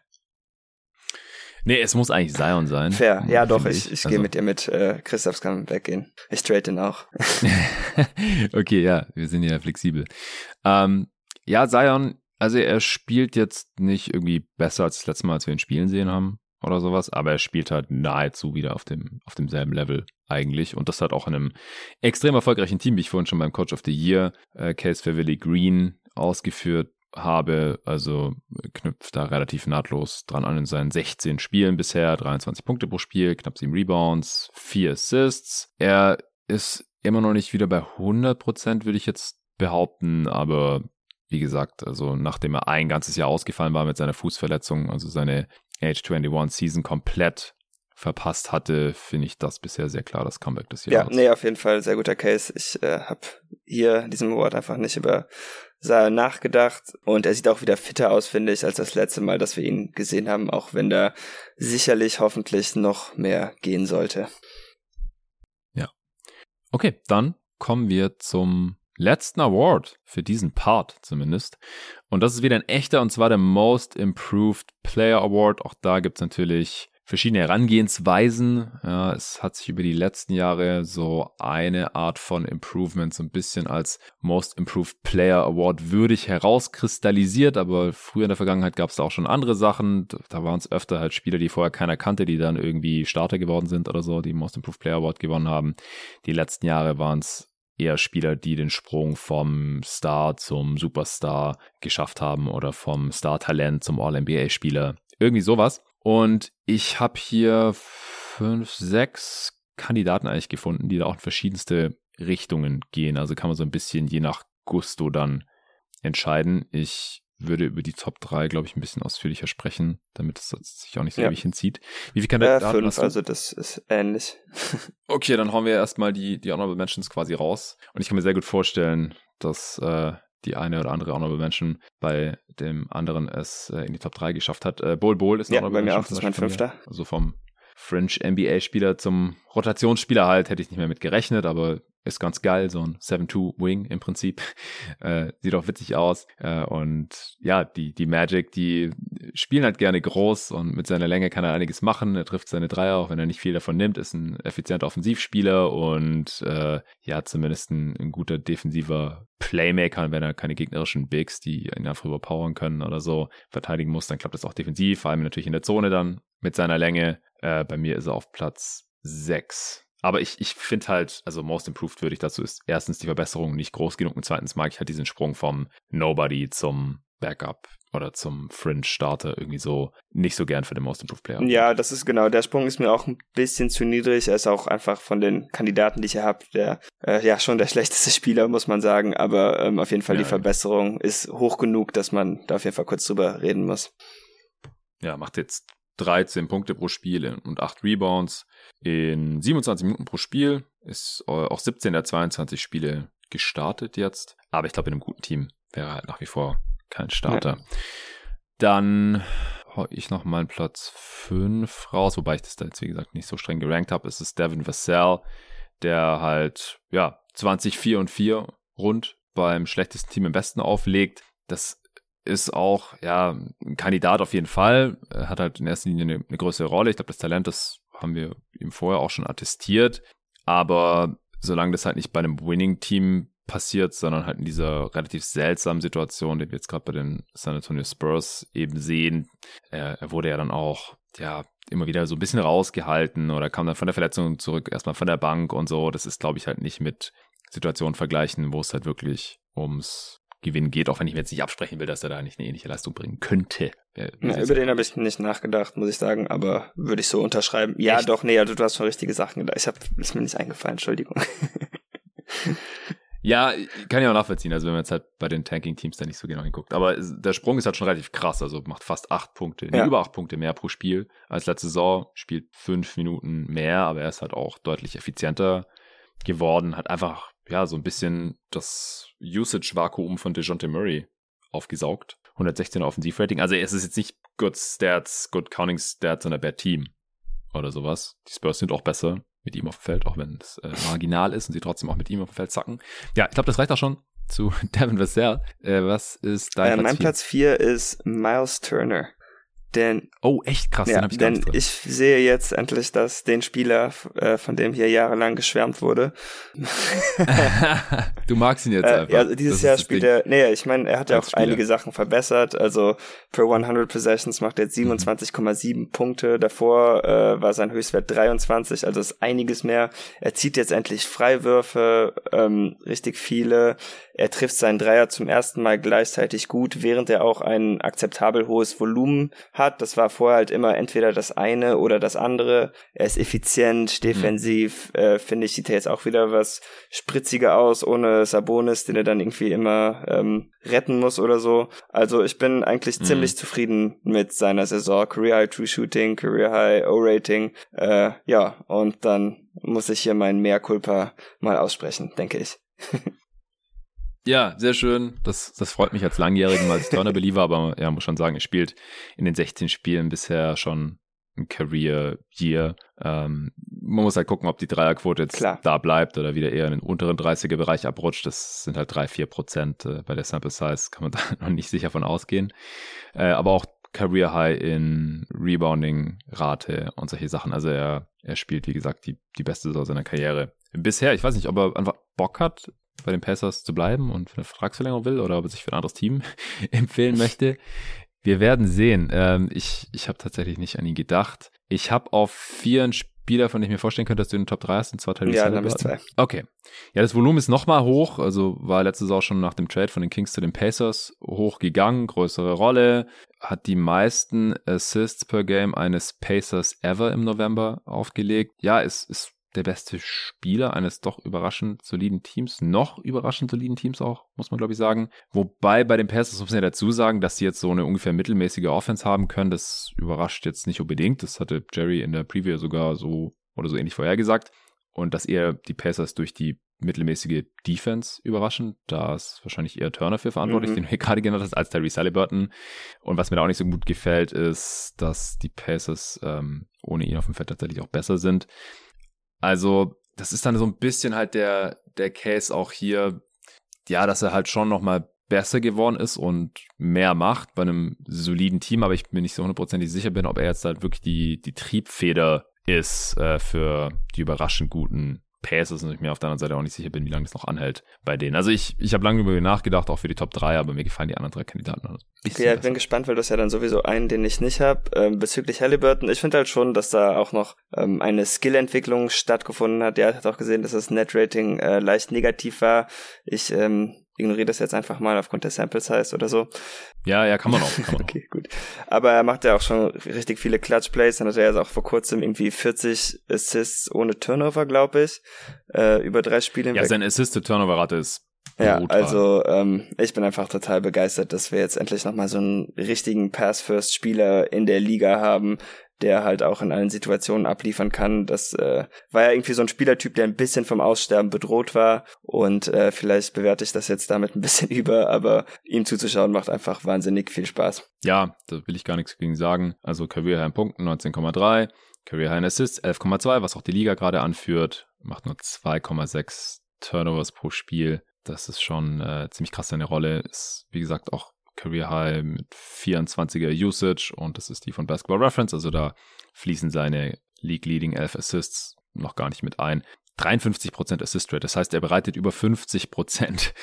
Nee, es muss eigentlich Zion sein. Fair, ja doch, ich gehe mit dir mit. Christophs kann weggehen. Ich trade ihn auch. Okay, ja, wir sind ja flexibel. Ja, Zion, also er spielt jetzt nicht irgendwie besser als das letzte Mal, als wir ihn spielen sehen haben oder sowas, aber er spielt halt nahezu wieder auf demselben Level eigentlich und das hat auch in einem extrem erfolgreichen Team, wie ich vorhin schon beim Coach of the Year Case für Willie Green ausgeführt habe, also knüpft da relativ nahtlos dran an in seinen 16 Spielen bisher, 23 Punkte pro Spiel, knapp 7 Rebounds, 4 Assists. Er ist immer noch nicht wieder bei 100%, würde ich jetzt behaupten, aber wie gesagt, also nachdem er ein ganzes Jahr ausgefallen war mit seiner Fußverletzung, also seine Age 21 Season komplett verpasst hatte, finde ich das bisher sehr klar, das Comeback des Jahres. Ja, nee, auf jeden Fall sehr guter Case. Ich habe hier in diesem Award einfach nicht über Zion nachgedacht und er sieht auch wieder fitter aus, finde ich, als das letzte Mal, dass wir ihn gesehen haben, auch wenn da sicherlich hoffentlich noch mehr gehen sollte. Ja. Okay, dann kommen wir zum letzten Award für diesen Part zumindest. Und das ist wieder ein echter, und zwar der Most Improved Player Award. Auch da gibt es natürlich verschiedene Herangehensweisen. Ja, es hat sich über die letzten Jahre so eine Art von Improvement so ein bisschen als Most Improved Player Award würdig herauskristallisiert, aber früher in der Vergangenheit gab es da auch schon andere Sachen. Da waren es öfter halt Spieler, die vorher keiner kannte, die dann irgendwie Starter geworden sind oder so, die Most Improved Player Award gewonnen haben. Die letzten Jahre waren es eher Spieler, die den Sprung vom Star zum Superstar geschafft haben oder vom Star-Talent zum All-NBA-Spieler. Irgendwie sowas. Und ich habe hier 5, 6 Kandidaten eigentlich gefunden, die da auch in verschiedenste Richtungen gehen. Also kann man so ein bisschen je nach Gusto dann entscheiden. Ich würde über die Top 3, glaube ich, ein bisschen ausführlicher sprechen, damit es sich auch nicht so ewig hinzieht. Wie viele Kandidaten 5, hast du? also das ist ähnlich. Okay, dann hauen wir erstmal die Honorable Mentions quasi raus. Und ich kann mir sehr gut vorstellen, dass die eine oder andere Honorable Mention bei dem anderen es in die Top 3 geschafft hat. Bol ist eine Honorable Mention. Ja, bei mir auch, das ist mein 5. Also vom Fringe-NBA-Spieler zum Rotationsspieler halt, hätte ich nicht mehr mit gerechnet, aber ist ganz geil, so ein 7-2-Wing im Prinzip. Sieht auch witzig aus. Und ja, die Magic, die spielen halt gerne groß und mit seiner Länge kann er einiges machen. Er trifft seine Dreier, auch wenn er nicht viel davon nimmt, ist ein effizienter Offensivspieler und ja, zumindest ein guter defensiver Playmaker, wenn er keine gegnerischen Bigs, die ihn einfach überpowern können oder so, verteidigen muss, dann klappt das auch defensiv, vor allem natürlich in der Zone dann mit seiner Länge. Bei mir ist er auf Platz 6. Aber ich finde halt, also Most Improved würdig dazu ist erstens die Verbesserung nicht groß genug und zweitens mag ich halt diesen Sprung vom Nobody zum Backup oder zum Fringe-Starter irgendwie so nicht so gern für den Most Improved Player. Ja, das ist genau, der Sprung ist mir auch ein bisschen zu niedrig. Er ist auch einfach von den Kandidaten, die ich hier habe, der ja schon der schlechteste Spieler, muss man sagen, aber auf jeden Fall die Verbesserung ist hoch genug, dass man da auf jeden Fall kurz drüber reden muss. Ja, macht jetzt 13 Punkte pro Spiel und 8 Rebounds in 27 Minuten pro Spiel. Ist auch 17 der 22 Spiele gestartet jetzt. Aber ich glaube, in einem guten Team wäre er halt nach wie vor kein Starter. Ja. Dann hau ich noch mal Platz 5 raus, wobei ich das da jetzt, wie gesagt, nicht so streng gerankt habe. Es ist Devin Vassell, der halt, 20-4-4 rund beim schlechtesten Team im Westen auflegt. Das ist auch, ein Kandidat auf jeden Fall. Er hat halt in erster Linie eine größere Rolle. Ich glaube, das Talent, das haben wir ihm vorher auch schon attestiert. Aber solange das halt nicht bei einem Winning-Team passiert, sondern halt in dieser relativ seltsamen Situation, die wir jetzt gerade bei den San Antonio Spurs eben sehen, er wurde ja dann auch, immer wieder so ein bisschen rausgehalten oder kam dann von der Verletzung zurück, erstmal von der Bank und so. Das ist, glaube ich, halt nicht mit Situationen vergleichen, wo es halt wirklich ums Gewinn geht, auch wenn ich mir jetzt nicht absprechen will, dass er da nicht eine ähnliche Leistung bringen könnte. Über den habe ich nicht nachgedacht, muss ich sagen, aber würde ich so unterschreiben. Ja, echt? Doch, also du hast schon richtige Sachen gedacht. Ist mir nicht eingefallen, Entschuldigung. Ja, kann ich auch nachvollziehen, also wenn man jetzt halt bei den Tanking-Teams da nicht so genau hinguckt. Aber der Sprung ist halt schon relativ krass, also macht fast 8 Punkte, über 8 Punkte mehr pro Spiel als letzte Saison, spielt 5 Minuten mehr, aber er ist halt auch deutlich effizienter geworden, hat einfach, ja, so ein bisschen das Usage-Vakuum von DeJounte Murray aufgesaugt. 116er Offensivrating. Also es ist jetzt nicht Good Stats, Good Counting Stats und ein Bad Team oder sowas. Die Spurs sind auch besser mit ihm auf dem Feld, auch wenn es marginal ist und sie trotzdem auch mit ihm auf dem Feld zacken. Ja, ich glaube, das reicht auch schon zu Devin Vassell. Was ist dein Platz 4? Mein Platz 4 ist Miles Turner. Denn, oh, echt krass, ja, den hab ich gar nicht drin. Ich sehe jetzt endlich, dass den Spieler, von dem hier jahrelang geschwärmt wurde. Du magst ihn jetzt einfach. Ja, dieses Jahr spielt er, ich meine, er hat ja auch einige Sachen verbessert, also per 100 Possessions macht er jetzt 27,7 Punkte, davor war sein Höchstwert 23, also ist einiges mehr. Er zieht jetzt endlich Freiwürfe, richtig viele. Er trifft seinen Dreier zum ersten Mal gleichzeitig gut, während er auch ein akzeptabel hohes Volumen hat. Das war vorher halt immer entweder das eine oder das andere. Er ist effizient, defensiv, finde ich, sieht er jetzt auch wieder was spritziger aus, ohne Sabonis, den er dann irgendwie immer retten muss oder so. Also ich bin eigentlich ziemlich zufrieden mit seiner Saison. Career High True Shooting, Career High O-Rating. Ja, und dann muss ich hier meinen Mea Culpa mal aussprechen, denke ich. Ja, sehr schön. Das freut mich als langjährigen, als Turner-Believer, aber ja, muss schon sagen, er spielt in den 16 Spielen bisher schon ein Career-Year. Man muss halt gucken, ob die Dreierquote jetzt da bleibt oder wieder eher in den unteren 30er-Bereich abrutscht. Das sind halt 3-4% bei der Sample Size, kann man da noch nicht sicher von ausgehen. Aber auch Career High in Rebounding-Rate und solche Sachen. Also er spielt, wie gesagt, die beste Saison seiner Karriere. Bisher, ich weiß nicht, ob er einfach Bock hat, bei den Pacers zu bleiben und eine Vertragsverlängerung will oder ob er sich für ein anderes Team empfehlen möchte. Wir werden sehen. Ich habe tatsächlich nicht an ihn gedacht. Ich habe auf 4 einen Spieler, von dem ich mir vorstellen könnte, dass du in den Top 3 hast, und zwar Tyrese Haliburton. Ja, dann bist 2. Okay. Ja, das Volumen ist nochmal hoch, also war letzte Saison schon nach dem Trade von den Kings zu den Pacers hochgegangen, größere Rolle, hat die meisten Assists per Game eines Pacers ever im November aufgelegt. Ja, es ist der beste Spieler eines doch überraschend soliden Teams, noch überraschend soliden Teams auch, muss man glaube ich sagen. Wobei bei den Pacers muss man ja dazu sagen, dass sie jetzt so eine ungefähr mittelmäßige Offense haben können. Das überrascht jetzt nicht unbedingt. Das hatte Jerry in der Preview sogar so oder so ähnlich vorhergesagt. Und dass eher die Pacers durch die mittelmäßige Defense überraschen. Da ist wahrscheinlich eher Turner für verantwortlich, den du hier gerade genannt hast, als Tyrese Haliburton. Und was mir da auch nicht so gut gefällt, ist, dass die Pacers ohne ihn auf dem Feld tatsächlich auch besser sind. Also, das ist dann so ein bisschen halt der Case auch hier, ja, dass er halt schon nochmal besser geworden ist und mehr macht bei einem soliden Team, aber ich bin nicht so 100% sicher bin, ob er jetzt halt wirklich die Triebfeder ist für die überraschend guten Pacers und ich mir auf der anderen Seite auch nicht sicher bin, wie lange das noch anhält bei denen. Also ich habe lange darüber nachgedacht, auch für die Top 3, aber mir gefallen die anderen 3 Kandidaten noch. Okay, ich bin gespannt, weil du hast ja dann sowieso einen, den ich nicht habe. Bezüglich Haliburton, ich finde halt schon, dass da auch noch eine Skillentwicklung stattgefunden hat. Ja, hat auch gesehen, dass das Net-Rating leicht negativ war. Ich ignoriere das jetzt einfach mal aufgrund der Sample Size oder so. Ja, kann man auch. Okay, gut. Aber er macht ja auch schon richtig viele Clutch-Plays. Dann hat er ja auch vor kurzem irgendwie 40 Assists ohne Turnover, glaube ich. Über 3 Spiele hinweg. Ja, seine Assist-to-Turnover-Rate ist ja, also ich bin einfach total begeistert, dass wir jetzt endlich nochmal so einen richtigen Pass-First-Spieler in der Liga haben, der halt auch in allen Situationen abliefern kann. Das war ja irgendwie so ein Spielertyp, der ein bisschen vom Aussterben bedroht war und vielleicht bewerte ich das jetzt damit ein bisschen über, aber ihm zuzuschauen macht einfach wahnsinnig viel Spaß. Ja, da will ich gar nichts gegen sagen. Also Career High in Punkten 19,3, Career High in Assists 11,2, was auch die Liga gerade anführt, macht nur 2,6 Turnovers pro Spiel. Das ist schon ziemlich krass seine Rolle. Ist, wie gesagt, auch Career High mit 24er Usage und das ist die von Basketball Reference. Also da fließen seine League-Leading 11 Assists noch gar nicht mit ein. 53% Assist Rate. Das heißt, er bereitet über 50%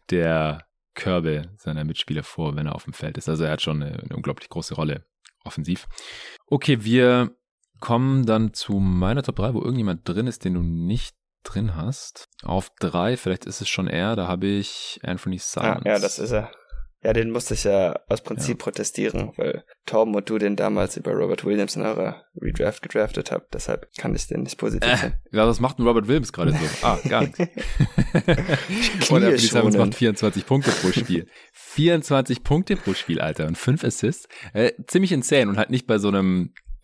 der Körbe seiner Mitspieler vor, wenn er auf dem Feld ist. Also er hat schon eine unglaublich große Rolle offensiv. Okay, wir kommen dann zu meiner Top 3, wo irgendjemand drin ist, den du nicht drin hast. Auf 3, vielleicht ist es schon er, da habe ich Anthony Simons. Ja, das ist er. Ja, den musste ich ja aus Prinzip protestieren, weil Torben und du den damals über Robert Williams in eurer Redraft gedraftet habt. Deshalb kann ich den nicht positiv sehen. Ja, was macht denn Robert Williams gerade so? Gar nichts. Und Anthony Simons macht 24 Punkte pro Spiel. 24 Punkte pro Spiel, Alter. Und 5 Assists. Ziemlich insane und halt nicht bei so einem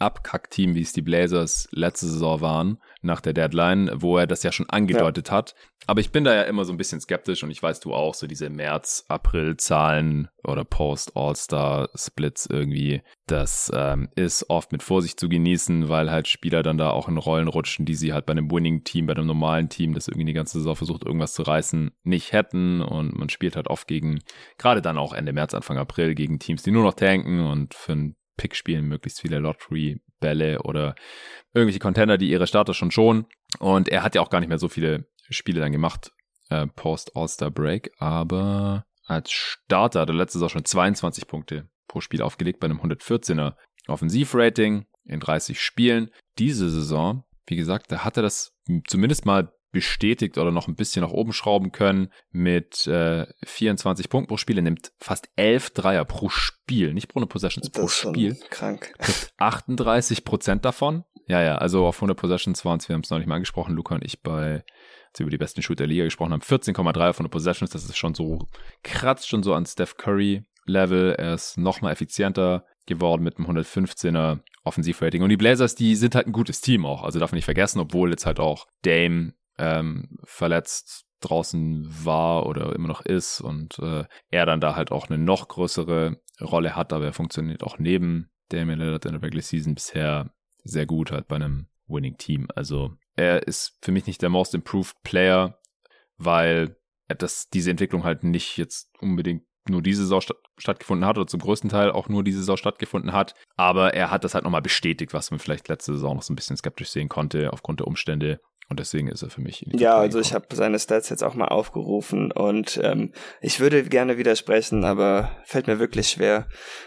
Abkack-Team, wie es die Blazers letzte Saison waren, nach der Deadline, wo er das ja schon angedeutet hat. Aber ich bin da ja immer so ein bisschen skeptisch und ich weiß, du auch, so diese März-April-Zahlen oder Post-All-Star-Splits irgendwie, das ist oft mit Vorsicht zu genießen, weil halt Spieler dann da auch in Rollen rutschen, die sie halt bei einem Winning-Team, bei einem normalen Team, das irgendwie die ganze Saison versucht, irgendwas zu reißen, nicht hätten, und man spielt halt oft gegen, gerade dann auch Ende März, Anfang April, gegen Teams, die nur noch tanken und für einen Pick spielen, möglichst viele Lottery-Bälle oder irgendwelche Contender, die ihre Starter schon. Und er hat ja auch gar nicht mehr so viele Spiele dann gemacht, Post-All-Star-Break, aber als Starter hat er letztes Jahr schon 22 Punkte pro Spiel aufgelegt bei einem 114er Offensivrating in 30 Spielen. Diese Saison, wie gesagt, da hat er das zumindest mal bestätigt oder noch ein bisschen nach oben schrauben können mit 24 Punkten pro Spiel. Er nimmt fast 11 Dreier pro Spiel, nicht pro Possessions, pro Spiel. Krank. 38% davon. Ja, also auf 100 Possessions waren es, wir haben es noch nicht mal angesprochen, Luca und ich, als wir über die besten Shooter der Liga gesprochen haben, 14,3 auf 100 Possessions, das ist schon so, kratzt schon so an Steph Curry Level. Er ist noch mal effizienter geworden mit einem 115er Offensivrating. Und die Blazers, die sind halt ein gutes Team auch, also darf man nicht vergessen, obwohl jetzt halt auch Dame verletzt draußen war oder immer noch ist und er dann da halt auch eine noch größere Rolle hat, aber er funktioniert auch neben Damian Lillard in der Regular Season bisher sehr gut halt bei einem Winning Team. Also er ist für mich nicht der Most Improved Player, weil diese Entwicklung halt nicht jetzt unbedingt nur diese Saison stattgefunden hat oder zum größten Teil auch nur diese Saison stattgefunden hat, aber er hat das halt nochmal bestätigt, was man vielleicht letzte Saison noch so ein bisschen skeptisch sehen konnte aufgrund der Umstände. Und deswegen ist er für mich. Ja, also ich habe seine Stats jetzt auch mal aufgerufen und ich würde gerne widersprechen, aber fällt mir wirklich schwer.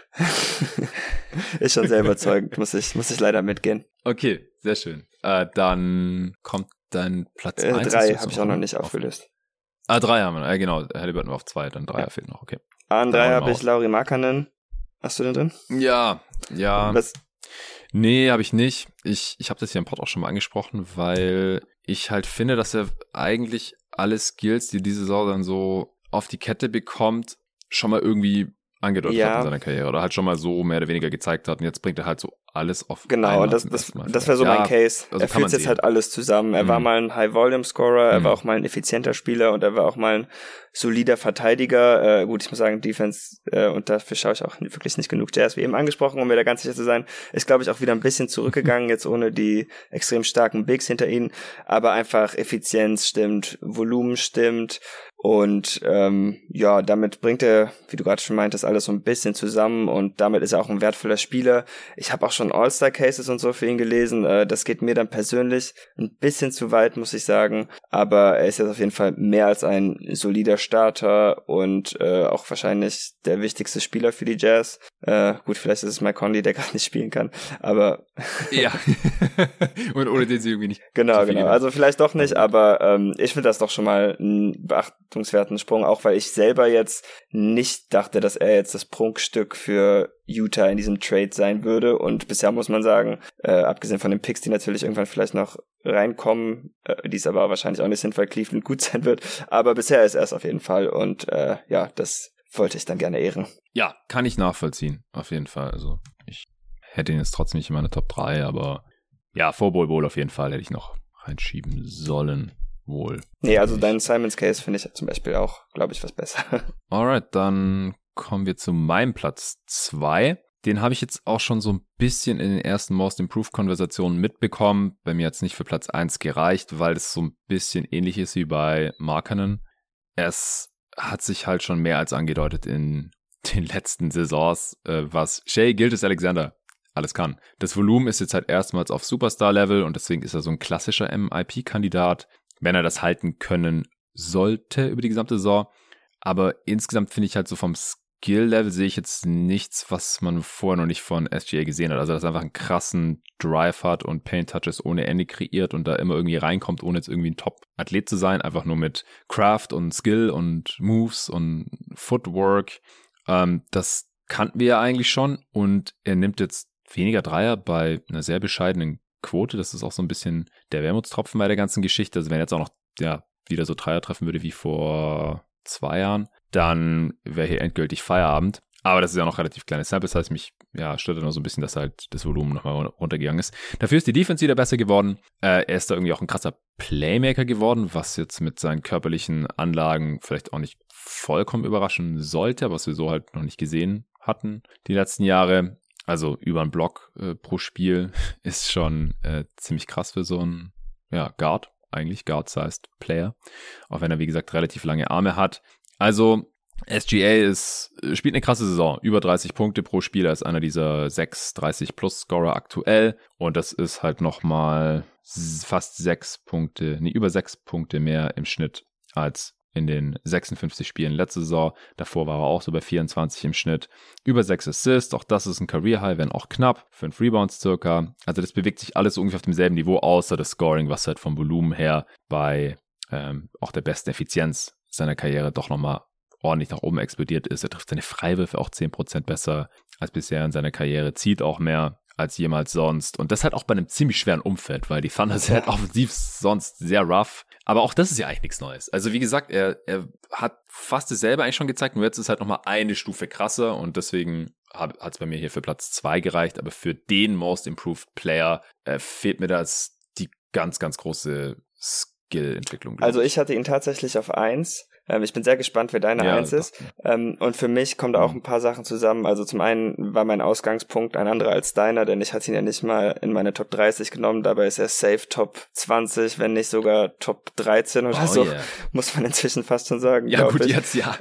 Ist schon sehr überzeugend, muss ich leider mitgehen. Okay, sehr schön. Dann kommt dein Platz 1. 3 habe ich auch noch nicht aufgelöst. 3 haben wir, genau. Halliburton war auf 2, dann 3 fehlt noch, okay. An 3 habe ich Lauri Markkanen. Hast du den drin? Ja. Was? Nee, habe ich nicht. Ich habe das hier im Pod auch schon mal angesprochen, weil ich halt finde, dass er eigentlich alle Skills, die diese Saison dann so auf die Kette bekommt, schon mal irgendwie angedeutet hat in seiner Karriere oder halt schon mal so mehr oder weniger gezeigt hat. Und jetzt bringt er halt so alles auf Genau, und das wäre so mein Case. Also er führt jetzt halt alles zusammen. Er war mal ein High-Volume-Scorer, er war auch mal ein effizienter Spieler und er war auch mal ein solider Verteidiger. Gut, ich muss sagen, Defense, und dafür schaue ich auch wirklich nicht genug Jazz, wie eben angesprochen, um mir da ganz sicher zu sein, ist, glaube ich, auch wieder ein bisschen zurückgegangen, jetzt ohne die extrem starken Bigs hinter ihnen. Aber einfach Effizienz stimmt, Volumen stimmt. Und damit bringt er, wie du gerade schon meintest, alles so ein bisschen zusammen und damit ist er auch ein wertvoller Spieler. Ich habe auch schon All-Star-Cases und so für ihn gelesen. Das geht mir dann persönlich ein bisschen zu weit, muss ich sagen. Aber er ist jetzt auf jeden Fall mehr als ein solider Starter und auch wahrscheinlich der wichtigste Spieler für die Jazz. Gut, vielleicht ist es Mike Conley, der gar nicht spielen kann, aber ja. Und ohne den sie irgendwie nicht. Genau. Also vielleicht doch nicht, aber ich finde das doch schon mal ein beachtungswerten Sprung, auch weil ich selber jetzt nicht dachte, dass er jetzt das Prunkstück für Utah in diesem Trade sein würde und bisher muss man sagen, abgesehen von den Picks, die natürlich irgendwann vielleicht noch reinkommen, die es aber wahrscheinlich auch nicht sind, weil Cleveland gut sein wird, aber bisher ist er es auf jeden Fall und das wollte ich dann gerne ehren. Ja, kann ich nachvollziehen, auf jeden Fall. Also ich hätte ihn jetzt trotzdem nicht in meine Top 3, aber ja, vor Bowl auf jeden Fall hätte ich noch reinschieben sollen. Wohl. Nee, also deinen Simons Case finde ich zum Beispiel auch, glaube ich, was besser. Alright, dann kommen wir zu meinem Platz 2. Den habe ich jetzt auch schon so ein bisschen in den ersten Most Improved Konversationen mitbekommen. Bei mir hat es nicht für Platz 1 gereicht, weil es so ein bisschen ähnlich ist wie bei Markkanen. Es hat sich halt schon mehr als angedeutet in den letzten Saisons, was Shai Gilgeous-Alexander alles kann. Das Volumen ist jetzt halt erstmals auf Superstar-Level und deswegen ist er so ein klassischer MIP-Kandidat, wenn er das halten können sollte über die gesamte Saison. Aber insgesamt finde ich halt so vom Skill-Level sehe ich jetzt nichts, was man vorher noch nicht von SGA gesehen hat. Also, dass er einfach einen krassen Drive hat und Paint-Touches ohne Ende kreiert und da immer irgendwie reinkommt, ohne jetzt irgendwie ein Top-Athlet zu sein. Einfach nur mit Craft und Skill und Moves und Footwork. Das kannten wir ja eigentlich schon. Und er nimmt jetzt weniger Dreier bei einer sehr bescheidenen Quote. Das ist auch so ein bisschen der Wermutstropfen bei der ganzen Geschichte. Also wenn er jetzt auch noch wieder so Dreier treffen würde wie vor 2 Jahren, dann wäre hier endgültig Feierabend. Aber das ist ja noch relativ kleines Sample, das heißt, mich stört nur so ein bisschen, dass halt das Volumen nochmal runtergegangen ist. Dafür ist die Defense wieder besser geworden. Er ist da irgendwie auch ein krasser Playmaker geworden, was jetzt mit seinen körperlichen Anlagen vielleicht auch nicht vollkommen überraschen sollte, aber was wir so halt noch nicht gesehen hatten die letzten Jahre. Also über einen Block pro Spiel ist schon ziemlich krass für so einen Guard, eigentlich Guard-sized Player. Auch wenn er, wie gesagt, relativ lange Arme hat. Also SGA spielt eine krasse Saison. Über 30 Punkte pro Spiel. Er ist einer dieser 30-plus-Scorer aktuell. Und das ist halt nochmal fast über 6 Punkte mehr im Schnitt als in den 56 Spielen letzte Saison. Davor war er auch so bei 24 im Schnitt. Über 6 Assists, auch das ist ein Career-High, wenn auch knapp. 5 Rebounds circa. Also das bewegt sich alles ungefähr auf demselben Niveau, außer das Scoring, was halt vom Volumen her bei auch der besten Effizienz seiner Karriere doch nochmal ordentlich nach oben explodiert ist. Er trifft seine Freiwürfe auch 10% besser als bisher in seiner Karriere, zieht auch mehr als jemals sonst. Und das halt auch bei einem ziemlich schweren Umfeld, weil die Thunder sind halt offensiv sonst sehr rough. Aber auch das ist ja eigentlich nichts Neues. Also wie gesagt, er hat fast dasselbe eigentlich schon gezeigt, nur jetzt ist halt nochmal eine Stufe krasser und deswegen hat es bei mir hier für Platz 2 gereicht. Aber für den Most Improved Player fehlt mir das die ganz, ganz große Skill-Entwicklung. Also ich hatte ihn tatsächlich auf 1. Ich bin sehr gespannt, wer deine 1 ist. Und für mich kommen da auch ein paar Sachen zusammen. Also zum einen war mein Ausgangspunkt ein anderer als deiner, denn ich hatte ihn ja nicht mal in meine Top 30 genommen. Dabei ist er safe Top 20, wenn nicht sogar Top 13 oder so. Yeah. Muss man inzwischen fast schon sagen. Ja gut, jetzt ja.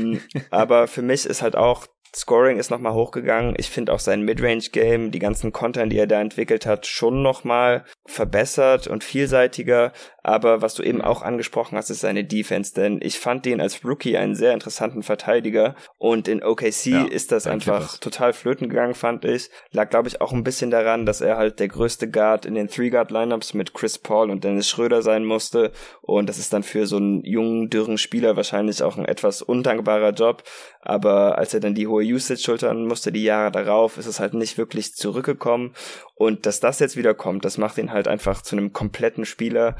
Aber für mich ist halt auch Scoring ist nochmal hochgegangen. Ich finde auch sein Midrange-Game, die ganzen Konter, die er da entwickelt hat, schon nochmal verbessert und vielseitiger. Aber was du eben auch angesprochen hast, ist seine Defense. Denn ich fand ihn als Rookie einen sehr interessanten Verteidiger. Und in OKC ist das einfach total flöten gegangen, fand ich. Lag, glaube ich, auch ein bisschen daran, dass er halt der größte Guard in den Three-Guard-Lineups mit Chris Paul und Dennis Schröder sein musste. Und das ist dann für so einen jungen, dürren Spieler wahrscheinlich auch ein etwas undankbarer Job. Aber als er dann die hohe Usage schultern musste, die Jahre darauf, ist es halt nicht wirklich zurückgekommen. Und dass das jetzt wieder kommt, das macht ihn halt einfach zu einem kompletten Spieler,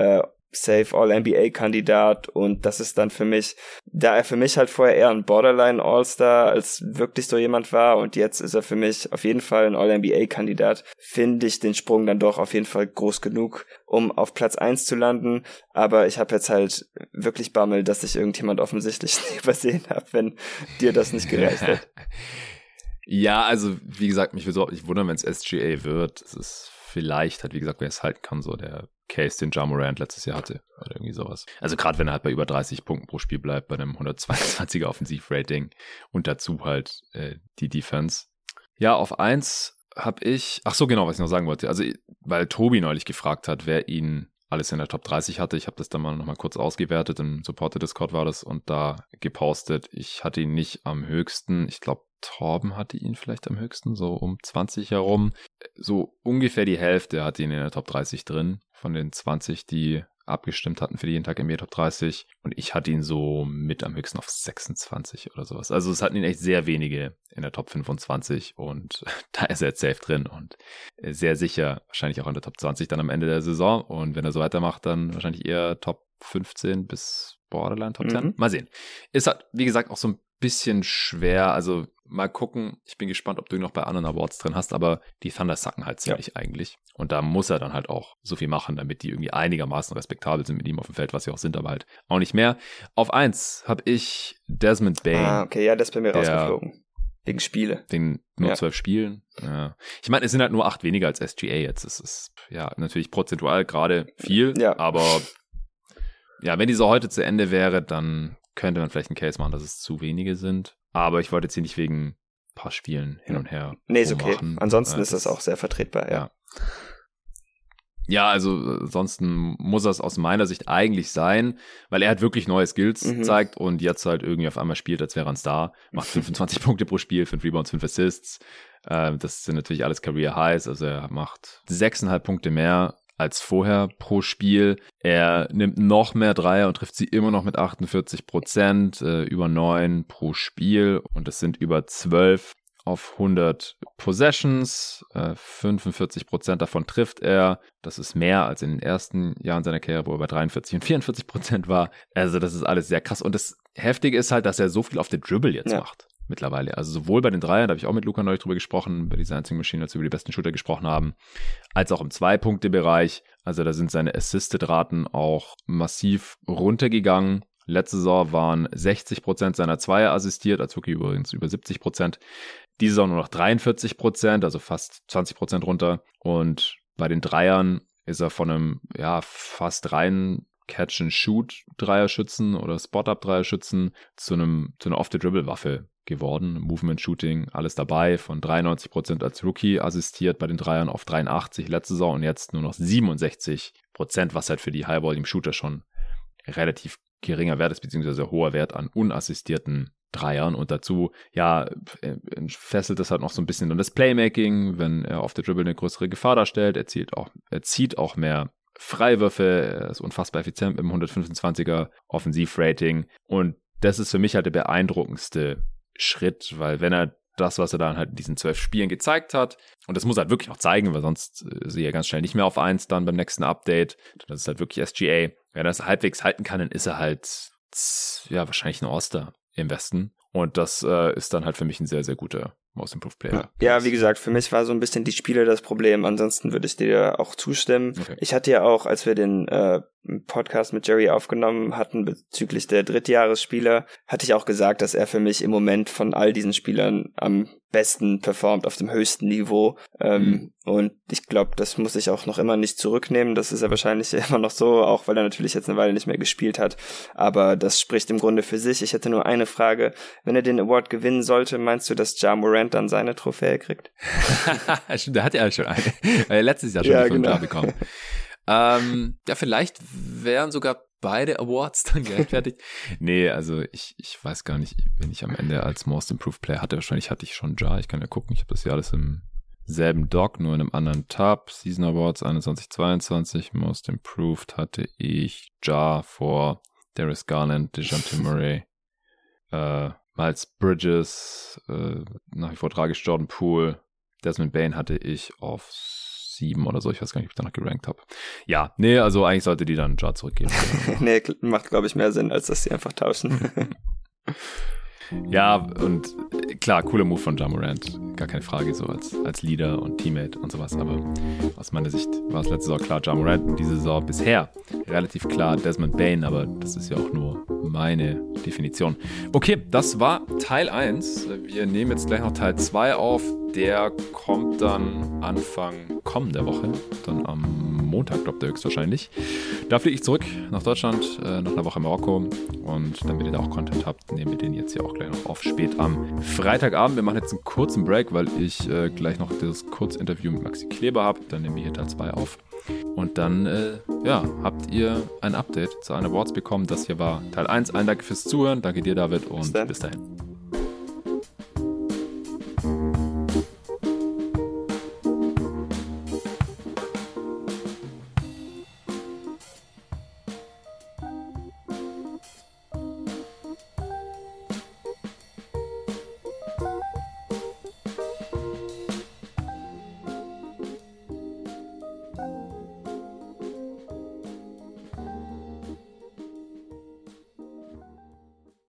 safe All-NBA-Kandidat. Und das ist dann für mich, da er für mich halt vorher eher ein Borderline-All-Star als wirklich so jemand war und jetzt ist er für mich auf jeden Fall ein All-NBA-Kandidat, finde ich den Sprung dann doch auf jeden Fall groß genug, um auf Platz 1 zu landen. Aber ich habe jetzt halt wirklich Bammel, dass ich irgendjemand offensichtlich übersehen habe, wenn dir das nicht gereicht hat. Ja, also wie gesagt, mich würde es auch nicht wundern, wenn es SGA wird. Es ist vielleicht halt, wie gesagt, wer es halten kann, so der Case, den Ja Morant letztes Jahr hatte oder irgendwie sowas. Also gerade wenn er halt bei über 30 Punkten pro Spiel bleibt, bei einem 122er Offensivrating und dazu halt die Defense. Ja, auf 1 habe ich, ach so genau, was ich noch sagen wollte, also weil Tobi neulich gefragt hat, wer ihn alles in der Top 30 hatte. Ich habe das dann mal nochmal kurz ausgewertet, im Supporter-Discord war das und da gepostet. Ich hatte ihn nicht am höchsten, ich glaube Torben hatte ihn vielleicht am höchsten, so um 20 herum. So ungefähr die Hälfte hatte ihn in der Top 30 drin, von den 20, die abgestimmt hatten für die jeden Tag NBA Top 30. Und ich hatte ihn so mit am höchsten auf 26 oder sowas. Also es hatten ihn echt sehr wenige in der Top 25 und da ist er jetzt safe drin und sehr sicher wahrscheinlich auch in der Top 20 dann am Ende der Saison. Und wenn er so weitermacht, dann wahrscheinlich eher Top 15 bis Borderline Top 10. Mal sehen. Ist halt, wie gesagt, auch so ein bisschen schwer, also mal gucken. Ich bin gespannt, ob du ihn noch bei anderen Awards drin hast, aber die Thunder sacken halt ziemlich eigentlich. Und da muss er dann halt auch so viel machen, damit die irgendwie einigermaßen respektabel sind mit ihm auf dem Feld, was sie auch sind, aber halt auch nicht mehr. Auf 1 habe ich Desmond Bane. Ah, okay, ja, das ist bei mir rausgeflogen. Wegen Spiele. Wegen nur 12 Spielen. Ja. Ich meine, es sind halt nur 8 weniger als SGA jetzt. Es ist ja natürlich prozentual gerade viel, aber ja, wenn diese heute zu Ende wäre, dann könnte man vielleicht einen Case machen, dass es zu wenige sind. Aber ich wollte jetzt hier nicht wegen ein paar Spielen hin und her. Nee, ist okay. Ansonsten ist das auch sehr vertretbar, ja. Ja, also ansonsten muss das aus meiner Sicht eigentlich sein, weil er halt wirklich neue Skills zeigt und jetzt halt irgendwie auf einmal spielt, als wäre er ein Star. Macht 25 Punkte pro Spiel, 5 Rebounds, 5 Assists. Das sind natürlich alles Career Highs. Also er macht 6,5 Punkte mehr als vorher pro Spiel. Er nimmt noch mehr Dreier und trifft sie immer noch mit 48%, über 9 pro Spiel. Und das sind über 12 auf 100 Possessions. 45% davon trifft er. Das ist mehr als in den ersten Jahren seiner Karriere, wo er bei 43 und 44% war. Also das ist alles sehr krass. Und das Heftige ist halt, dass er so viel auf der Dribble jetzt macht. mittlerweile. Also sowohl bei den Dreiern, da habe ich auch mit Luca neulich drüber gesprochen, bei dieser Answering Machine, als wir über die besten Shooter gesprochen haben, als auch im 2-Punkte-Bereich. Also da sind seine Assisted-Raten auch massiv runtergegangen. Letzte Saison waren 60% seiner Zweier assistiert, als Rookie übrigens über 70%. Diese Saison nur noch 43%, also fast 20% runter. Und bei den Dreiern ist er von einem fast reinen Catch-and-Shoot-Dreierschützen oder Spot-Up-Dreierschützen zu einer Off-the-Dribble-Waffe geworden. Movement-Shooting, alles dabei, von 93% als Rookie assistiert bei den Dreiern auf 83% letzte Saison und jetzt nur noch 67%, was halt für die High-Volume-Shooter schon relativ geringer Wert ist, beziehungsweise hoher Wert an unassistierten Dreiern. Und dazu, fesselt das halt noch so ein bisschen dann das Playmaking, wenn er auf der Dribble eine größere Gefahr darstellt. Er zieht auch mehr Freiwürfe, er ist unfassbar effizient mit dem 125er Offensivrating. Und das ist für mich halt der beeindruckendste Schritt, weil wenn er das, was er dann halt in diesen 12 Spielen gezeigt hat, und das muss er halt wirklich auch zeigen, weil sonst sehe er ganz schnell nicht mehr auf 1 dann beim nächsten Update. Das ist halt wirklich SGA. Wenn er das halbwegs halten kann, dann ist er halt, wahrscheinlich ein All-Star im Westen. Und das ist dann halt für mich ein sehr, sehr guter Most Improved Player. Ja, wie gesagt, für mich war so ein bisschen die Spiele das Problem. Ansonsten würde ich dir auch zustimmen. Okay. Ich hatte ja auch, als wir den Podcast mit Jerry aufgenommen hatten bezüglich der Drittjahresspieler, hatte ich auch gesagt, dass er für mich im Moment von all diesen Spielern am besten performt, auf dem höchsten Niveau. Und ich glaube, das muss ich auch noch immer nicht zurücknehmen. Das ist ja wahrscheinlich immer noch so, auch weil er natürlich jetzt eine Weile nicht mehr gespielt hat. Aber das spricht im Grunde für sich. Ich hätte nur eine Frage. Wenn er den Award gewinnen sollte, meinst du, dass Ja Morant dann seine Trophäe kriegt? Stimmt, der hat ja schon eine. Weil er letztes Jahr schon die 5 Jahre bekommen. Vielleicht wären sogar beide Awards dann gerechtfertigt. Nee, also ich weiß gar nicht, wenn ich am Ende als Most Improved Player hatte, wahrscheinlich hatte ich schon Ja. Ich kann ja gucken, ich habe das ja alles im selben Doc, nur in einem anderen Tab. Season Awards 21-22, Most Improved hatte ich Ja vor Darius Garland, DeJounte Murray, Miles Bridges, nach wie vor tragisch Jordan Poole, Desmond Bane hatte ich auf 7 oder so, ich weiß gar nicht, ob ich danach gerankt habe. Ja, nee, also eigentlich sollte die dann Ja zurückgeben. Nee, macht, glaube ich, mehr Sinn, als dass sie einfach tauschen. Ja, und klar, cooler Move von Ja Morant, gar keine Frage, so als Leader und Teammate und sowas, aber aus meiner Sicht war es letzte Saison klar Ja Morant und diese Saison bisher relativ klar Desmond Bane, aber das ist ja auch nur meine Definition. Okay, das war Teil 1. Wir nehmen jetzt gleich noch Teil 2 auf. Der kommt dann Anfang kommender Woche, dann am Montag, glaubt ihr höchstwahrscheinlich. Da fliege ich zurück nach Deutschland, nach einer Woche Marokko, und damit ihr da auch Content habt, nehmen wir den jetzt hier auch gleich noch auf, spät am Freitagabend. Wir machen jetzt einen kurzen Break, weil ich gleich noch das Kurzinterview mit Maxi Kleber habe. Dann nehmen wir hier Teil 2 auf. Und dann, habt ihr ein Update zu allen Awards bekommen. Das hier war Teil 1. Allen Dank fürs Zuhören. Danke dir, David, und bis dahin.